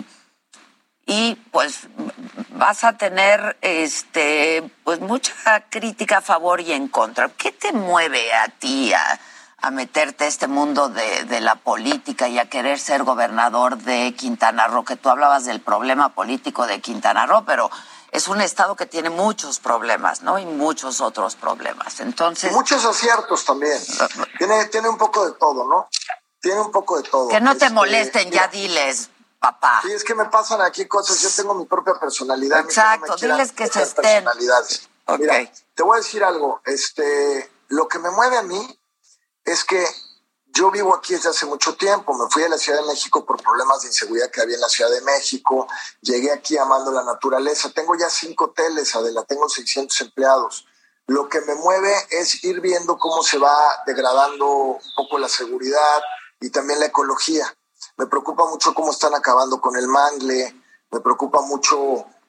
Y pues vas a tener este pues mucha crítica a favor y en contra. ¿Qué te mueve a ti a, a meterte a este mundo de, de la política y a querer ser gobernador de Quintana Roo? Que tú hablabas del problema político de Quintana Roo, pero es un estado que tiene muchos problemas, ¿no? Y muchos otros problemas. Entonces, y muchos aciertos también. Tiene, tiene un poco de todo, ¿no? Tiene un poco de todo. Que no te este, molesten, ya diles. Papá. Sí, es que me pasan aquí cosas, yo tengo mi propia personalidad. Exacto, no diles que se estén. Okay. Mira, te voy a decir algo, este, lo que me mueve a mí es que yo vivo aquí desde hace mucho tiempo, me fui a la Ciudad de México por problemas de inseguridad que había en la Ciudad de México, llegué aquí amando la naturaleza, tengo ya cinco hoteles, Adela, tengo seiscientos empleados. Lo que me mueve es ir viendo cómo se va degradando un poco la seguridad y también la ecología. Me preocupa mucho cómo están acabando con el mangle, me preocupa mucho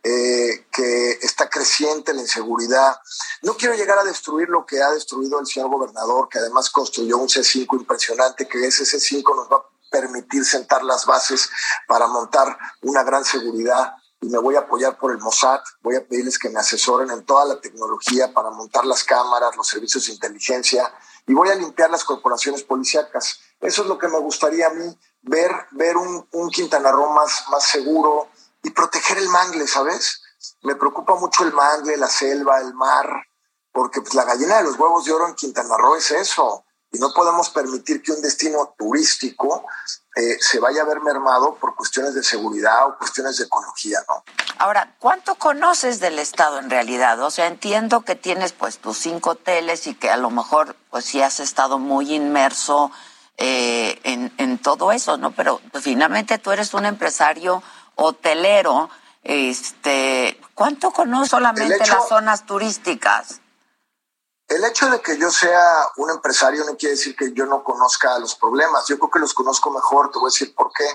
eh, que está creciente la inseguridad. No quiero llegar a destruir lo que ha destruido el señor gobernador, que además construyó un C cinco impresionante, que ese C cinco nos va a permitir sentar las bases para montar una gran seguridad. Y me voy a apoyar por el Mossad, voy a pedirles que me asesoren en toda la tecnología para montar las cámaras, los servicios de inteligencia, y voy a limpiar las corporaciones policíacas. Eso es lo que me gustaría a mí, ver, ver un, un Quintana Roo más, más seguro y proteger el mangle, ¿sabes? Me preocupa mucho el mangle, la selva, el mar, porque pues, la gallina de los huevos de oro en Quintana Roo es eso. Y no podemos permitir que un destino turístico eh, se vaya a ver mermado por cuestiones de seguridad o cuestiones de ecología, ¿no? Ahora, ¿cuánto conoces del estado en realidad? O sea, entiendo que tienes pues tus cinco hoteles y que a lo mejor pues sí has estado muy inmerso eh, en, en todo eso, ¿no? Pero pues, finalmente tú eres un empresario hotelero. Este, ¿cuánto conoces solamente hecho... las zonas turísticas? El hecho de que yo sea un empresario no quiere decir que yo no conozca los problemas. Yo creo que los conozco mejor. Te voy a decir por qué.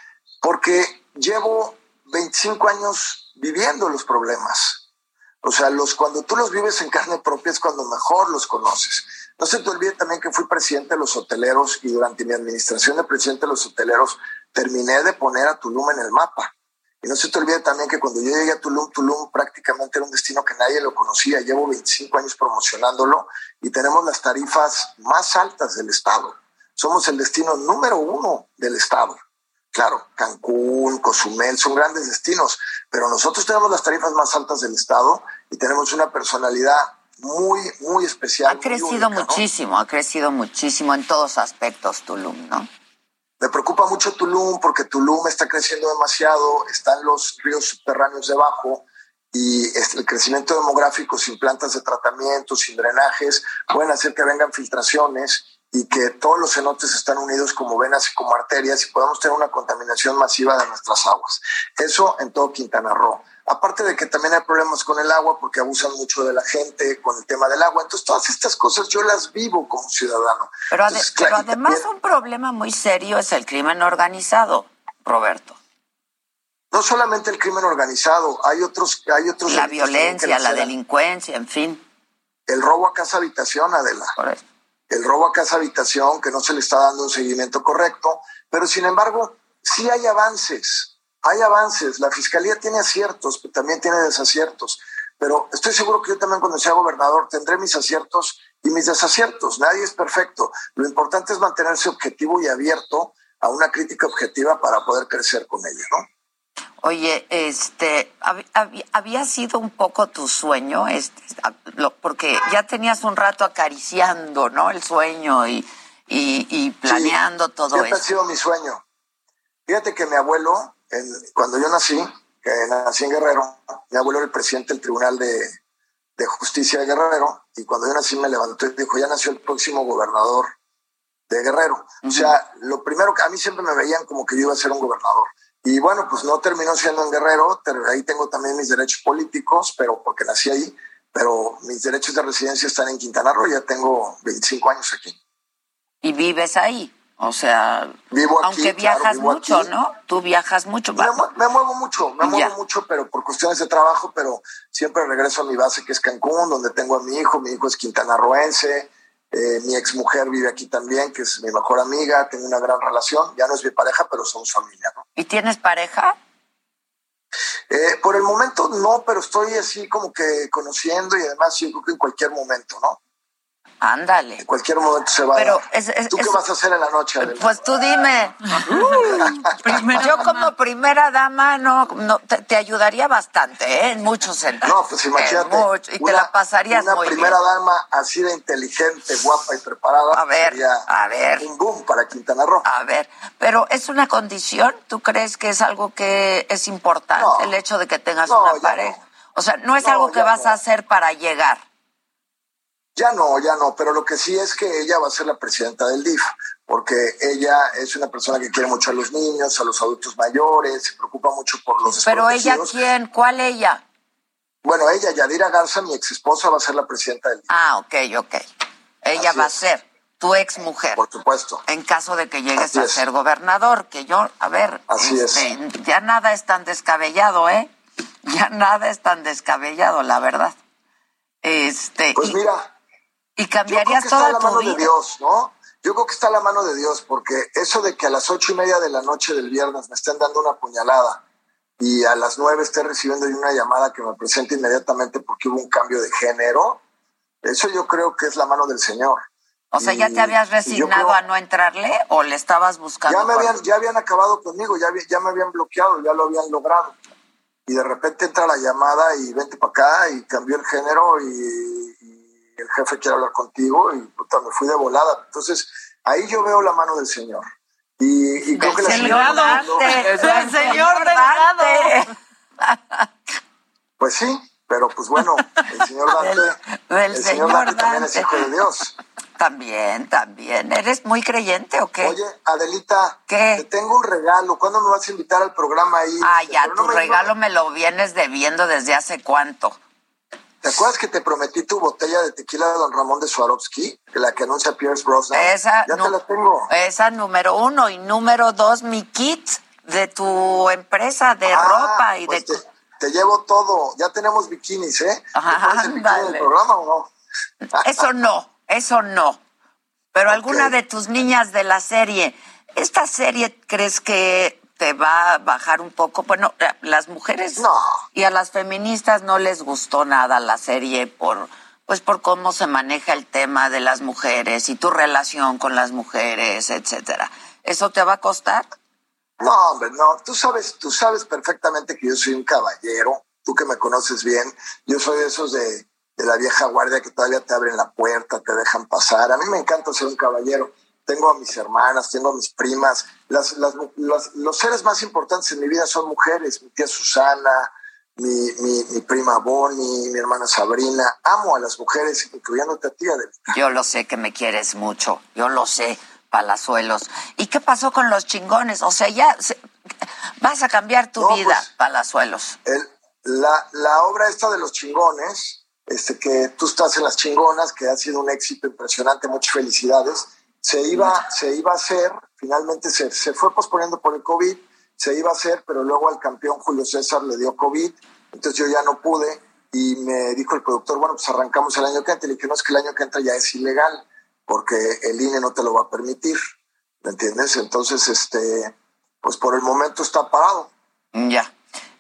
Porque llevo veinticinco años viviendo los problemas. O sea, los, cuando tú los vives en carne propia es cuando mejor los conoces. No se te olvide también que fui presidente de los hoteleros y durante mi administración de presidente de los hoteleros terminé de poner a Tulum en el mapa. Y no se te olvide también que cuando yo llegué a Tulum, Tulum prácticamente era un destino que nadie lo conocía. Llevo veinticinco años promocionándolo y tenemos las tarifas más altas del estado. Somos el destino número uno del estado. Claro, Cancún, Cozumel, son grandes destinos, pero nosotros tenemos las tarifas más altas del estado y tenemos una personalidad muy, muy especial. Ha crecido única, muchísimo, ¿no? Ha crecido muchísimo en todos aspectos Tulum, ¿no? Me preocupa mucho Tulum porque Tulum está creciendo demasiado, están los ríos subterráneos debajo y el crecimiento demográfico sin plantas de tratamiento, sin drenajes, pueden hacer que vengan filtraciones y que todos los cenotes están unidos como venas y como arterias y podamos tener una contaminación masiva de nuestras aguas. Eso en todo Quintana Roo. Aparte de que también hay problemas con el agua porque abusan mucho de la gente con el tema del agua. Entonces, todas estas cosas yo las vivo como ciudadano. Pero, ade- Entonces, pero claro, además también, un problema muy serio es el crimen organizado, Roberto. No solamente el crimen organizado, hay otros... Hay otros la violencia, la delincuencia, en fin. El robo a casa habitación, Adela. Correcto. El robo a casa habitación, que no se le está dando un seguimiento correcto. Pero, sin embargo, sí hay avances. Hay avances, la Fiscalía tiene aciertos, pero también tiene desaciertos, pero estoy seguro que yo también cuando sea gobernador tendré mis aciertos y mis desaciertos, nadie es perfecto, lo importante es mantenerse objetivo y abierto a una crítica objetiva para poder crecer con ella, ¿no? Oye, este, había, había sido un poco tu sueño, este, porque ya tenías un rato acariciando, ¿no? El sueño y, y, y planeando sí, todo siempre eso. Ha sido mi sueño. Fíjate que mi abuelo, en, cuando yo nací, que nací en Guerrero, mi abuelo era el presidente del Tribunal de, de Justicia de Guerrero, y cuando yo nací me levantó y dijo, ya nació el próximo gobernador de Guerrero. Uh-huh. O sea, lo primero que a mí siempre me veían como que yo iba a ser un gobernador. Y bueno, pues no terminó siendo en Guerrero, ahí tengo también mis derechos políticos, pero porque nací ahí, pero mis derechos de residencia están en Quintana Roo, ya tengo veinticinco años aquí. ¿Y vives ahí? O sea, vivo aquí, aunque viajas claro, mucho, aquí. ¿no? Tú viajas mucho. Me, me muevo mucho, me muevo ya. mucho, pero por cuestiones de trabajo, pero siempre regreso a mi base, que es Cancún, donde tengo a mi hijo, mi hijo es quintanarroense, eh, mi exmujer vive aquí también, que es mi mejor amiga, tengo una gran relación, ya no es mi pareja, pero somos familia, ¿no? ¿Y tienes pareja? Eh, por el momento no, pero estoy así como que conociendo y además yo creo que en cualquier momento, ¿no? Ándale. En cualquier momento se va Pero a... es, es, ¿Tú es... qué vas a hacer en la noche, Adela? Pues tú dime. Uh, yo como primera dama no, no te, te ayudaría bastante, ¿eh? En muchos sentidos. No, pues imagínate. Eh, mucho, y una, te la pasarías una muy bien. Una primera dama así de inteligente, guapa y preparada. A ver, sería a ver. un boom para Quintana Roo. A ver, pero ¿es una condición? ¿Tú crees que es algo que es importante, no, el hecho de que tengas no, una pareja? No. O sea, no es no, algo que vas no. a hacer para llegar. Ya no, ya no, pero lo que sí es que ella va a ser la presidenta del D I F, porque ella es una persona que quiere mucho a los niños, a los adultos mayores, se preocupa mucho por los ¿Pero desprotegidos. ella quién? ¿Cuál ella? Bueno, ella, Yadira Garza, mi ex esposa, va a ser la presidenta del D I F. Ah, ok, ok. Ella Así va es. a ser tu ex mujer. Por supuesto. En caso de que llegues Así a es. ser gobernador, que yo, a ver, Así este, es. ya nada es tan descabellado, ¿eh? Ya nada es tan descabellado, la verdad. Este, pues y, mira, y cambiarías toda tu vida. Yo creo que está a la mano de Dios, ¿no? Yo creo que está a la mano de Dios, porque eso de que a las ocho y media de la noche del viernes me estén dando una puñalada y a las nueve esté recibiendo una llamada que me presente inmediatamente porque hubo un cambio de género, eso yo creo que es la mano del Señor. O sea, ¿ya te habías resignado creo, a no entrarle o le estabas buscando? Ya me habían, ya habían acabado conmigo, ya, ya me habían bloqueado, ya lo habían logrado. Y de repente entra la llamada y vente para acá y cambió el género y, y el jefe quiere hablar contigo y puta, me fui de volada. Entonces, ahí yo veo la mano del Señor. Y, y creo que la señora Dante, es el señor Dante. Pues sí, pero pues bueno, el señor Dante, del, del el señor, señor Dante, Dante también es hijo de Dios. También, también. ¿Eres muy creyente o qué? Oye, Adelita, ¿qué? Te tengo un regalo. ¿Cuándo me vas a invitar al programa ahí? Ah, ya, Pero tu no me regalo iba... me lo vienes debiendo desde hace cuánto. ¿Te acuerdas que te prometí tu botella de tequila de Don Ramón de Swarovski? La que anuncia Pierce Brosnan. Esa, ya no, te la tengo. Esa número uno. Y número dos, mi kit de tu empresa de ah, ropa y pues de... Te, te llevo todo. Ya tenemos bikinis, ¿eh? Ajá, ¿Te bikini en el programa o no? Eso no, eso no. Pero okay. Alguna de tus niñas de la serie, ¿esta serie crees que te va a bajar un poco? Bueno, las mujeres no. Y a las feministas no les gustó nada la serie por, pues por cómo se maneja el tema de las mujeres y tu relación con las mujeres, etcétera. ¿Eso te va a costar? No, hombre, no. Tú sabes, tú sabes perfectamente que yo soy un caballero. Tú que me conoces bien, yo soy de esos de... de la vieja guardia que todavía te abren la puerta, te dejan pasar. A mí me encanta ser un caballero. Tengo a mis hermanas, tengo a mis primas. Las, las, las, los seres más importantes en mi vida son mujeres. Mi tía Susana, mi, mi, mi prima Bonnie, mi hermana Sabrina. Amo a las mujeres, incluyéndote a ti, Adelita. Yo lo sé que me quieres mucho. Yo lo sé, Palazuelos. ¿Y qué pasó con los chingones? O sea, ya se, vas a cambiar tu no, vida, pues, Palazuelos. El, la, la obra esta de los chingones... Este, que tú estás en las chingonas, que ha sido un éxito impresionante, muchas felicidades, se iba, se iba a hacer, finalmente se, se fue posponiendo por el COVID, se iba a hacer, pero luego al campeón Julio César le dio COVID, entonces yo ya no pude, y me dijo el productor, bueno, pues arrancamos el año que entra, y le dije, no, es que el año que entra ya es ilegal, porque el I N E no te lo va a permitir, ¿me entiendes? Entonces, este, pues por el momento está parado. Ya.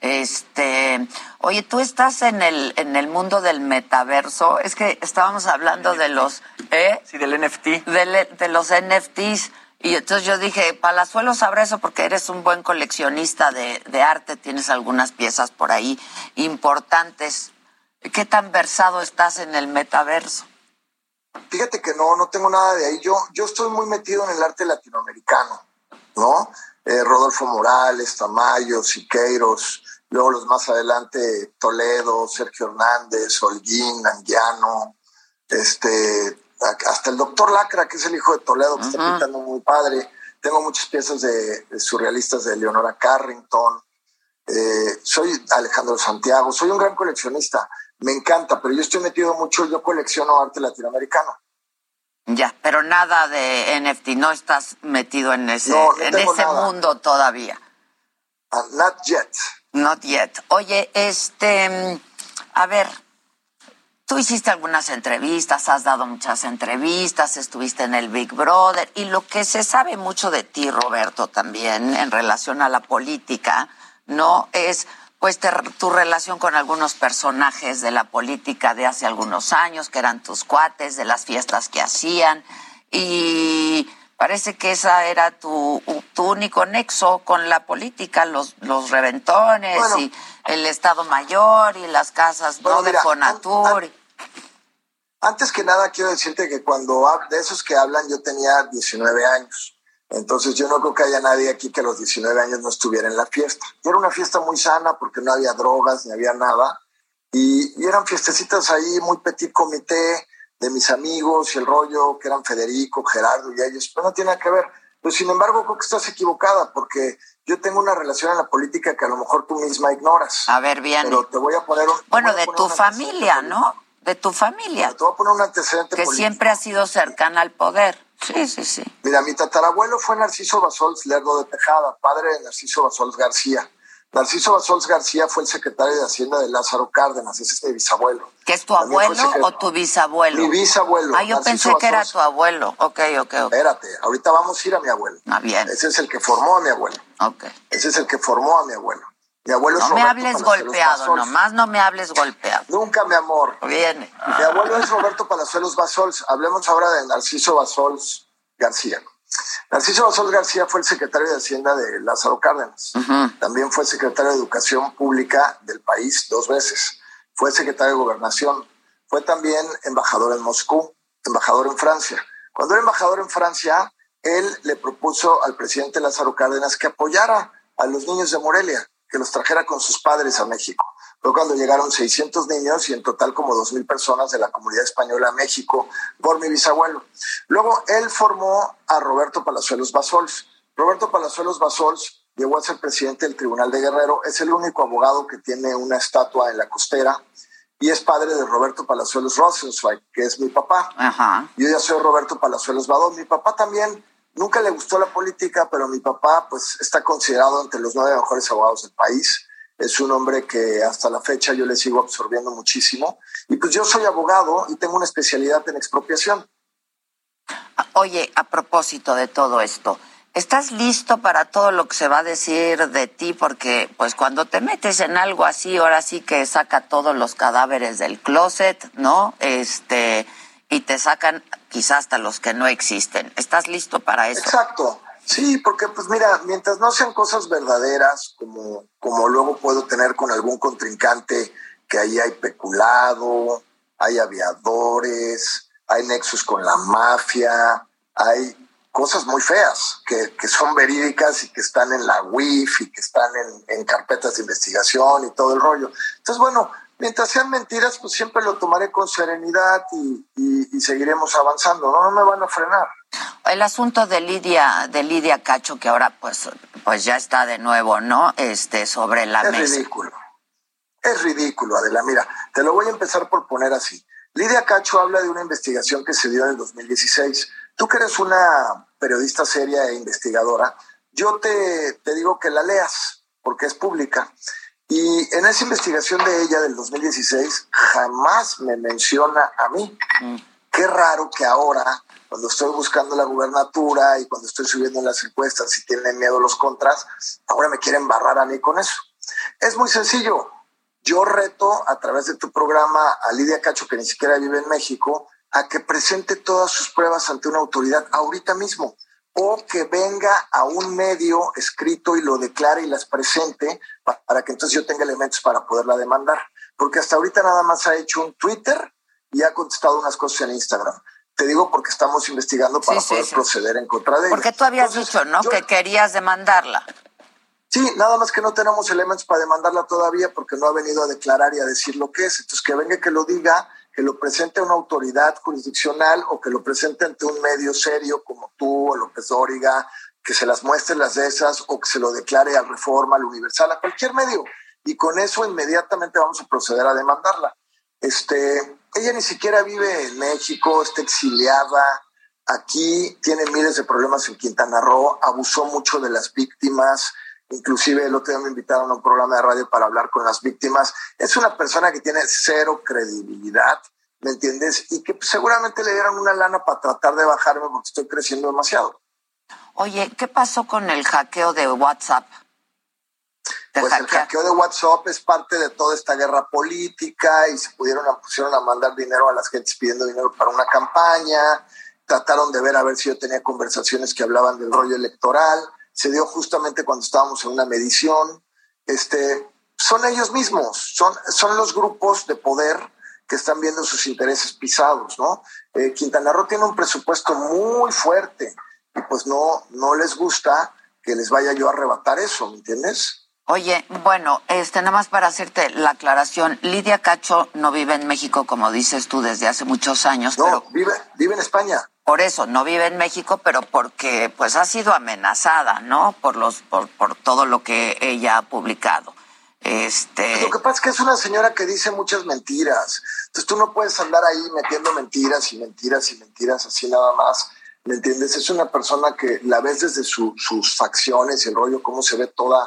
Este, oye, tú estás en el en el mundo del metaverso. Es que estábamos hablando de los, ¿eh? Sí, del N F T. De, de los N F Ts. Y entonces yo dije, Palazuelos sabrá eso porque eres un buen coleccionista de, de arte. Tienes algunas piezas por ahí importantes. ¿Qué tan versado estás en el metaverso? Fíjate que no, no tengo nada de ahí. Yo, yo estoy muy metido en el arte latinoamericano, ¿no? Eh, Rodolfo Morales, Tamayo, Siqueiros, luego los más adelante Toledo, Sergio Hernández, Holguín, Anguiano, este, hasta el doctor Lacra, que es el hijo de Toledo, que uh-huh. está pintando muy padre. Tengo muchas piezas de, de surrealistas de Leonora Carrington. Eh, soy Alejandro Santiago, soy un gran coleccionista. Me encanta, pero yo estoy metido mucho, yo colecciono arte latinoamericano. Ya, pero nada de N F T, no estás metido en ese, no, no en ese mundo todavía. Uh, not yet. Not yet. Oye, este, a ver, tú hiciste algunas entrevistas, has dado muchas entrevistas, estuviste en el Big Brother, y lo que se sabe mucho de ti, Roberto, también en relación a la política, ¿no? Es pues te, tu relación con algunos personajes de la política de hace algunos años, que eran tus cuates, de las fiestas que hacían, y parece que esa era tu, tu único nexo con la política, los, los reventones, bueno, y el Estado Mayor y las casas, bueno, ¿no? Mira, de Fonatur. An, an, antes que nada quiero decirte que cuando de esos que hablan yo tenía diecinueve años. Entonces yo no creo que haya nadie aquí que a los diecinueve años no estuviera en la fiesta. Y era una fiesta muy sana porque no había drogas ni había nada. Y, y eran fiestecitas ahí, muy petit comité de mis amigos y el rollo, que eran Federico, Gerardo y ellos. Pero no tiene nada que ver. Pero sin embargo creo que estás equivocada porque yo tengo una relación en la política que a lo mejor tú misma ignoras. A ver, bien. Pero te voy a poner un... Bueno, de tu familia, ¿no? De tu familia. Pero te voy a poner un antecedente que político. Siempre ha sido cercana al poder. Sí, sí, sí. Mira, mi tatarabuelo fue Narciso Basols Lerdo de Tejada, padre de Narciso Basols García. Narciso Basols García fue el secretario de Hacienda de Lázaro Cárdenas, ese es mi bisabuelo. ¿Que es tu abuelo o tu bisabuelo? Mi bisabuelo. Ah, yo Narciso pensé Basols. que era tu abuelo. Ok, ok, ok. Espérate, ahorita vamos a ir a mi abuelo. Ah, bien. Ese es el que formó a mi abuelo. Ok. Ese es el que formó a mi abuelo. Mi abuelo es No me Roberto hables Palazuelos golpeado, Basols. nomás no me hables golpeado. Nunca, mi amor. Viene. Mi abuelo es Roberto Palazuelos Basols. Hablemos ahora de Narciso Basols García. Narciso Basols García fue el secretario de Hacienda de Lázaro Cárdenas. Uh-huh. También fue secretario de Educación Pública del país dos veces. Fue secretario de Gobernación. Fue también embajador en Moscú, embajador en Francia. Cuando era embajador en Francia, él le propuso al presidente Lázaro Cárdenas que apoyara a los niños de Morelia, que los trajera con sus padres a México. Fue cuando llegaron seiscientos niños y en total como dos mil personas de la comunidad española a México por mi bisabuelo. Luego él formó a Roberto Palazuelos Basols. Roberto Palazuelos Basols llegó a ser presidente del Tribunal de Guerrero. Es el único abogado que tiene una estatua en la costera y es padre de Roberto Palazuelos Rosenzweig, que es mi papá. Ajá. Yo ya soy Roberto Palazuelos Badón. Mi papá también nunca le gustó la política, pero mi papá pues está considerado entre los nueve mejores abogados del país. Es un hombre que hasta la fecha yo le sigo absorbiendo muchísimo. Y pues yo soy abogado y tengo una especialidad en expropiación. Oye, a propósito de todo esto, ¿estás listo para todo lo que se va a decir de ti? Porque pues cuando te metes en algo así, ahora sí que saca todos los cadáveres del closet, ¿no? Este, y te sacan quizás hasta los que no existen. ¿Estás listo para eso? Exacto. Sí, porque pues mira, mientras no sean cosas verdaderas, como, como luego puedo tener con algún contrincante, que ahí hay peculado, hay aviadores, hay nexos con la mafia, hay cosas muy feas que, que son verídicas y que están en la U I F y que están en, en carpetas de investigación y todo el rollo. Entonces, bueno, mientras sean mentiras, pues siempre lo tomaré con serenidad y, y, y seguiremos avanzando, ¿no? No me van a frenar. El asunto de Lidia, de Lidia Cacho, que ahora pues, pues ya está de nuevo, ¿no? Este, sobre la es mesa. Es ridículo. Es ridículo, Adela. Mira, te lo voy a empezar por poner así. Lidia Cacho habla de una investigación que se dio en el dos mil dieciséis. Tú que eres una periodista seria e investigadora, yo te, te digo que la leas, porque es pública. Y en esa investigación de ella del dos mil dieciséis jamás me menciona a mí. Mm. Qué raro que ahora, cuando estoy buscando la gubernatura y cuando estoy subiendo en las encuestas y tienen miedo los contras, ahora me quieren barrar a mí con eso. Es muy sencillo. Yo reto a través de tu programa a Lidia Cacho, que ni siquiera vive en México, a que presente todas sus pruebas ante una autoridad ahorita mismo, o que venga a un medio escrito y lo declare y las presente para que entonces yo tenga elementos para poderla demandar. Porque hasta ahorita nada más ha hecho un Twitter y ha contestado unas cosas en Instagram. Te digo porque estamos investigando para sí, poder sí, sí. proceder en contra de ella. Porque tú habías entonces, dicho, ¿no? Yo, que querías demandarla. Sí, nada más que no tenemos elementos para demandarla todavía porque no ha venido a declarar y a decir lo que es. Entonces que venga y que lo diga, que lo presente a una autoridad jurisdiccional o que lo presente ante un medio serio como tú o López Dóriga, que se las muestre las de esas o que se lo declare a Reforma, al Universal, a cualquier medio. Y con eso inmediatamente vamos a proceder a demandarla. Este, ella ni siquiera vive en México, está exiliada, aquí tiene miles de problemas en Quintana Roo, abusó mucho de las víctimas. Inclusive el otro día me invitaron a un programa de radio para hablar con las víctimas. Es una persona que tiene cero credibilidad, ¿me entiendes? Y que seguramente le dieron una lana para tratar de bajarme porque estoy creciendo demasiado. Oye, ¿qué pasó con el hackeo de WhatsApp? Pues hackea? el hackeo de WhatsApp es parte de toda esta guerra política y se pudieron, pusieron a mandar dinero a las gentes pidiendo dinero para una campaña. Trataron de ver a ver si yo tenía conversaciones que hablaban del rollo electoral. Se dio justamente cuando estábamos en una medición. Este, son ellos mismos, son, son los grupos de poder que están viendo sus intereses pisados, ¿no? Eh, Quintana Roo tiene un presupuesto muy fuerte y pues no, no les gusta que les vaya yo a arrebatar eso, ¿me entiendes? Oye, bueno, este, nada más para hacerte la aclaración, Lidia Cacho no vive en México, como dices tú, desde hace muchos años. No, pero vive, vive en España. Por eso, no vive en México, pero porque pues ha sido amenazada, ¿no? Por los, por, por todo lo que ella ha publicado. Este... Lo que pasa es que es una señora que dice muchas mentiras. Entonces tú no puedes andar ahí metiendo mentiras y mentiras y mentiras así nada más. ¿Me entiendes? Es una persona que la ves desde su, sus facciones y el rollo, cómo se ve toda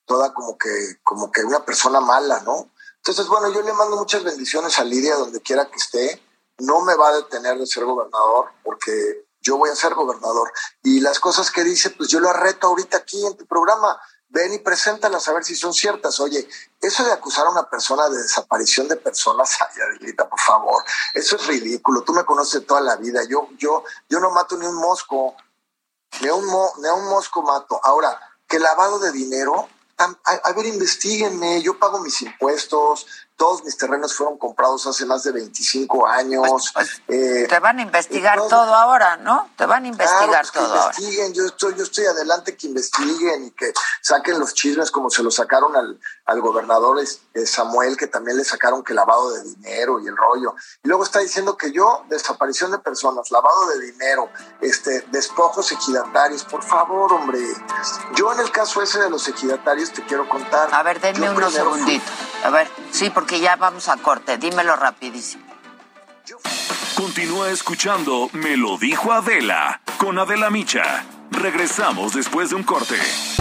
toda como que, como que una persona mala, ¿no? Entonces, bueno, yo le mando muchas bendiciones a Lidia donde quiera que esté. No me va a detener de ser gobernador porque yo voy a ser gobernador. Y las cosas que dice, pues yo las reto ahorita aquí en tu programa. Ven y preséntalas a ver si son ciertas. Oye, eso de acusar a una persona de desaparición de personas, ay, Adelita, por favor, eso es ridículo. Tú me conoces toda la vida. Yo, yo, yo no mato ni un mosco, ni a un, mo, ni a un mosco mato. Ahora, que lavado de dinero, a, a, a ver, investíguenme, yo pago mis impuestos, todos mis terrenos fueron comprados hace más de veinticinco años. Pues, pues, eh, te van a investigar entonces, todo ahora, ¿no? Te van a investigar claro, pues todo que ahora. investiguen, yo estoy, yo estoy adelante que investiguen y que saquen los chismes como se lo sacaron al, al gobernador eh, Samuel, que también le sacaron que lavado de dinero y el rollo. Y luego está diciendo que yo, desaparición de personas, lavado de dinero, este, despojos ejidatarios, por favor, hombre. Yo en el caso ese de los ejidatarios te quiero contar. A ver, denme unos segunditos. A ver, sí, porque ya vamos a corte. Dímelo rapidísimo. Continúa escuchando Me lo dijo Adela con Adela Micha. Regresamos después de un corte.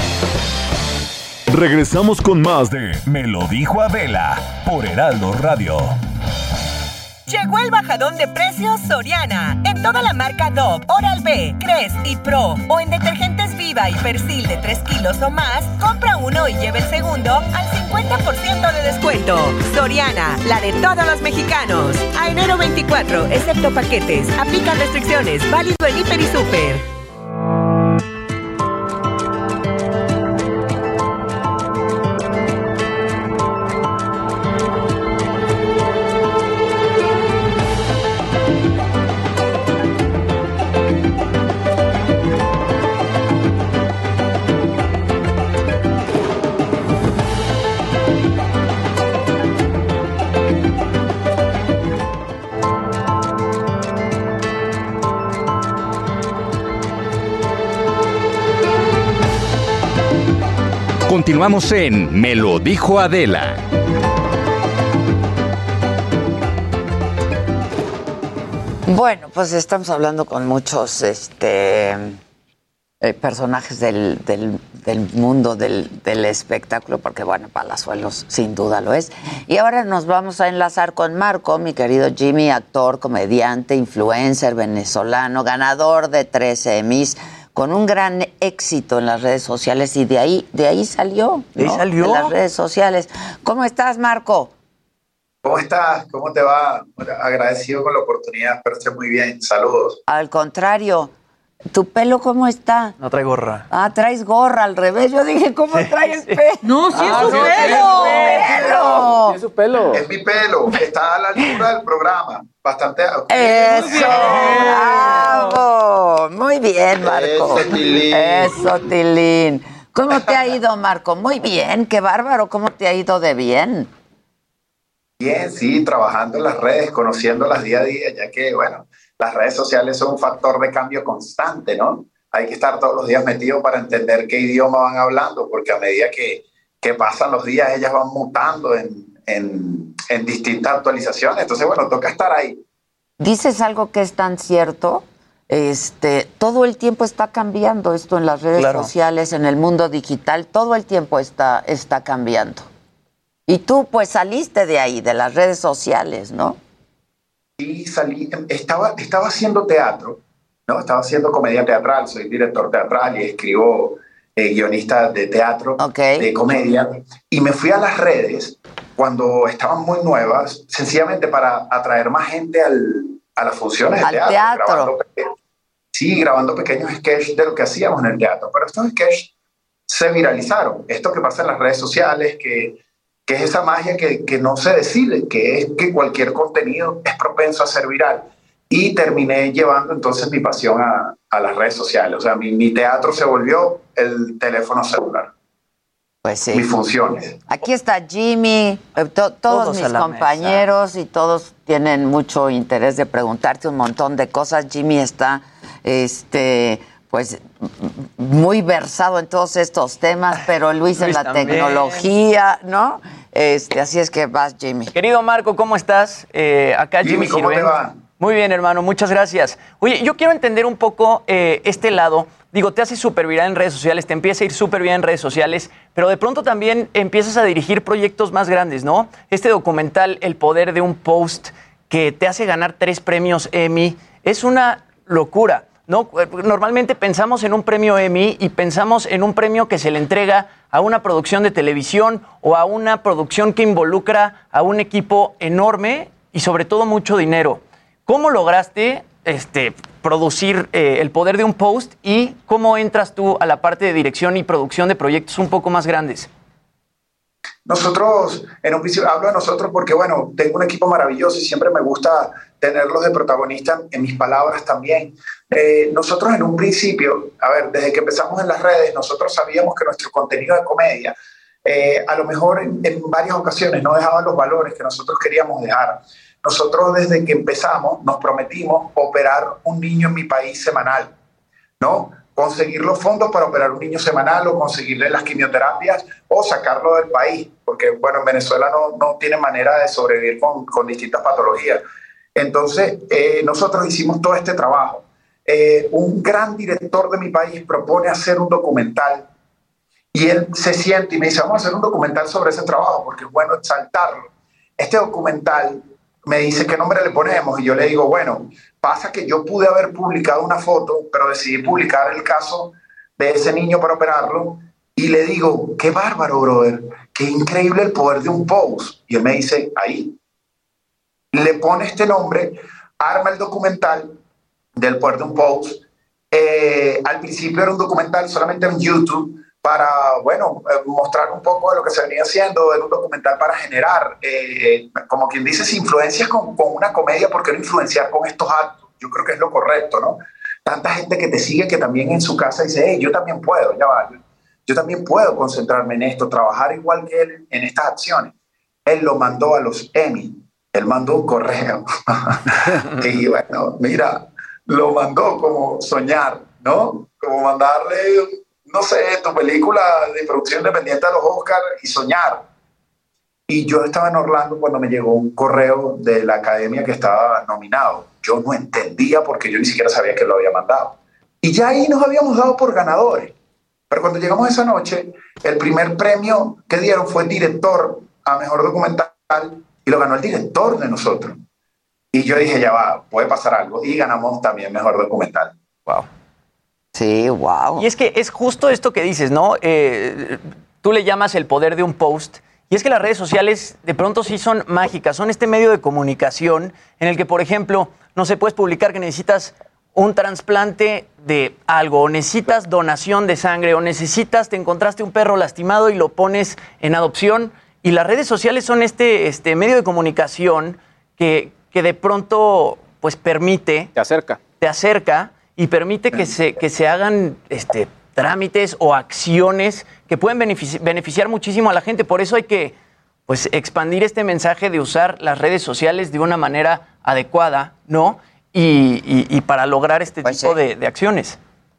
Regresamos con más de Me lo dijo Adela por Heraldo Radio. Llegó el bajadón de precios Soriana. En toda la marca Dove, Oral-B, Crest y Pro. O en detergentes Viva y Persil de tres kilos o más. Compra uno y lleve el segundo al cincuenta por ciento de descuento. Soriana, la de todos los mexicanos. A enero veinticuatro, excepto paquetes. Aplican restricciones. Válido en Hiper y Super. Continuamos en Me lo dijo Adela. Bueno, pues estamos hablando con muchos este, eh, personajes del, del, del mundo del, del espectáculo, porque bueno, Palazuelos sin duda lo es. Y ahora nos vamos a enlazar con Marco, mi querido Jimmy, actor, comediante, influencer venezolano, ganador de trece Emmys, con un gran éxito en las redes sociales, y de ahí, de ahí salió, ¿De ahí ¿no? salió? De las redes sociales. ¿Cómo estás, Marco? ¿Cómo estás? ¿Cómo te va? Bueno, agradecido con la oportunidad, pero estoy muy bien. Saludos. Al contrario, ¿tu pelo cómo está? No trae gorra. Ah, traes gorra al revés. Yo dije, ¿cómo traes pelo? No, sí Ah, es su sí, pelo. pelo. Sí, es su pelo. Es mi pelo. Está a la altura del programa. Bastante. Eso, bravo. Muy bien, Marco. Eso, Tilín. Eso, Tilín. ¿Cómo te ha ido, Marco? Muy bien, qué bárbaro. ¿Cómo te ha ido de bien? Bien, sí, trabajando en las redes, conociéndolas día a día, ya que, bueno, las redes sociales son un factor de cambio constante, ¿no? Hay que estar todos los días metido para entender qué idioma van hablando, porque a medida que, que pasan los días, ellas van mutando en, en, en distintas actualizaciones. Entonces, bueno, toca estar ahí. Dices algo que es tan cierto. Este, todo el tiempo está cambiando esto en las redes Claro. sociales, en el mundo digital, todo el tiempo está, está cambiando. Y tú, pues, saliste de ahí, de las redes sociales, ¿no? Sí, salí, estaba, estaba haciendo teatro, ¿no? Estaba haciendo comedia teatral, soy director teatral y escribo eh, guionista de teatro, okay. de comedia, y me fui a las redes cuando estaban muy nuevas, sencillamente para atraer más gente al, a las funciones de Al teatro. teatro. Grabando peque- sí, grabando pequeños sketches de lo que hacíamos en el teatro, pero estos sketches se viralizaron. Esto que pasa en las redes sociales, que que es esa magia que, que no se decide, que es que cualquier contenido es propenso a ser viral. Y terminé llevando entonces mi pasión a, a las redes sociales. O sea, mi, mi teatro se volvió el teléfono celular. Pues sí. Mis funciones. Aquí está Jimmy, eh, to- todos, Todos a mis la compañeros y todos tienen mucho interés de preguntarte un montón de cosas. Jimmy está, este, pues, muy versado en todos estos temas, pero Luis, en Luis la también. tecnología, ¿no? Este, así es que vas, Jimmy. Querido Marco, ¿cómo estás? Eh, acá Jimmy, Jimmy, ¿cómo te Girvén. va? Muy bien, hermano, muchas gracias. Oye, yo quiero entender un poco eh, este lado, digo, te haces súper viral en redes sociales, te empieza a ir súper bien en redes sociales, pero de pronto también empiezas a dirigir proyectos más grandes, ¿no? Este documental, El poder de un post, que te hace ganar tres premios Emmy, es una locura, ¿no? Normalmente pensamos en un premio Emmy y pensamos en un premio que se le entrega a una producción de televisión o a una producción que involucra a un equipo enorme y sobre todo mucho dinero. ¿Cómo lograste este, producir eh, El poder de un post y cómo entras tú a la parte de dirección y producción de proyectos un poco más grandes? Nosotros, en un principio, hablo de nosotros porque, bueno, tengo un equipo maravilloso y siempre me gusta tenerlos de protagonistas en mis palabras también. Eh, nosotros en un principio, a ver, desde que empezamos en las redes, nosotros sabíamos que nuestro contenido de comedia, eh, a lo mejor en, en varias ocasiones no dejaba los valores que nosotros queríamos dejar. Nosotros desde que empezamos nos prometimos operar un niño en mi país semanal, ¿no? Conseguir los fondos para operar un niño semanal o conseguirle las quimioterapias o sacarlo del país, porque bueno, en Venezuela no, no tiene manera de sobrevivir con, con distintas patologías. Entonces, eh, nosotros hicimos todo este trabajo. Eh, un gran director de mi país propone hacer un documental y él se siente y me dice, vamos a hacer un documental sobre ese trabajo porque es bueno exaltarlo. Este documental me dice qué nombre le ponemos y yo le digo, bueno, pasa que yo pude haber publicado una foto, pero decidí publicar el caso de ese niño para operarlo y le digo, qué bárbaro, brother, qué increíble el poder de un post. Y él me dice, ahí. Le pone este nombre, arma el documental del poder de un post. Eh, al principio era un documental solamente en YouTube para, bueno, eh, mostrar un poco de lo que se venía haciendo, era un documental para generar, eh, como quien dice, si influencias con, con una comedia, ¿por qué no influenciar con estos actos? Yo creo que es lo correcto, ¿no? Tanta gente que te sigue que también en su casa dice, hey, yo también puedo, ya va, yo, yo también puedo concentrarme en esto, trabajar igual que él en estas acciones. Él lo mandó a los Emmy, él mandó un correo. Y bueno, mira, lo mandó como soñar, ¿no? Como mandarle, no sé, tu película de producción independiente a los Oscars y soñar. Y yo estaba en Orlando cuando me llegó un correo de la academia que estaba nominado. Yo no entendía porque yo ni siquiera sabía que lo había mandado. Y ya ahí nos habíamos dado por ganadores. Pero cuando llegamos esa noche, el primer premio que dieron fue director a mejor documental y lo ganó el director de nosotros. Y yo dije, ya va, puede pasar algo. Y ganamos también mejor documental. Wow. Sí, wow. Y es que es justo esto que dices, ¿no? Eh, tú le llamas el poder de un post. Y es que las redes sociales de pronto sí son mágicas. Son este medio de comunicación en el que, por ejemplo, no se puedes publicar que necesitas un trasplante de algo, o necesitas donación de sangre, o necesitas, te encontraste un perro lastimado y lo pones en adopción. Y las redes sociales son este, este medio de comunicación que, que de pronto pues permite... Te acerca. Te acerca y permite que se, que se hagan este, trámites o acciones que pueden benefici- beneficiar muchísimo a la gente. Por eso hay que pues, expandir este mensaje de usar las redes sociales de una manera adecuada, ¿no? Y, y, y para lograr este pues tipo sí. de, de acciones.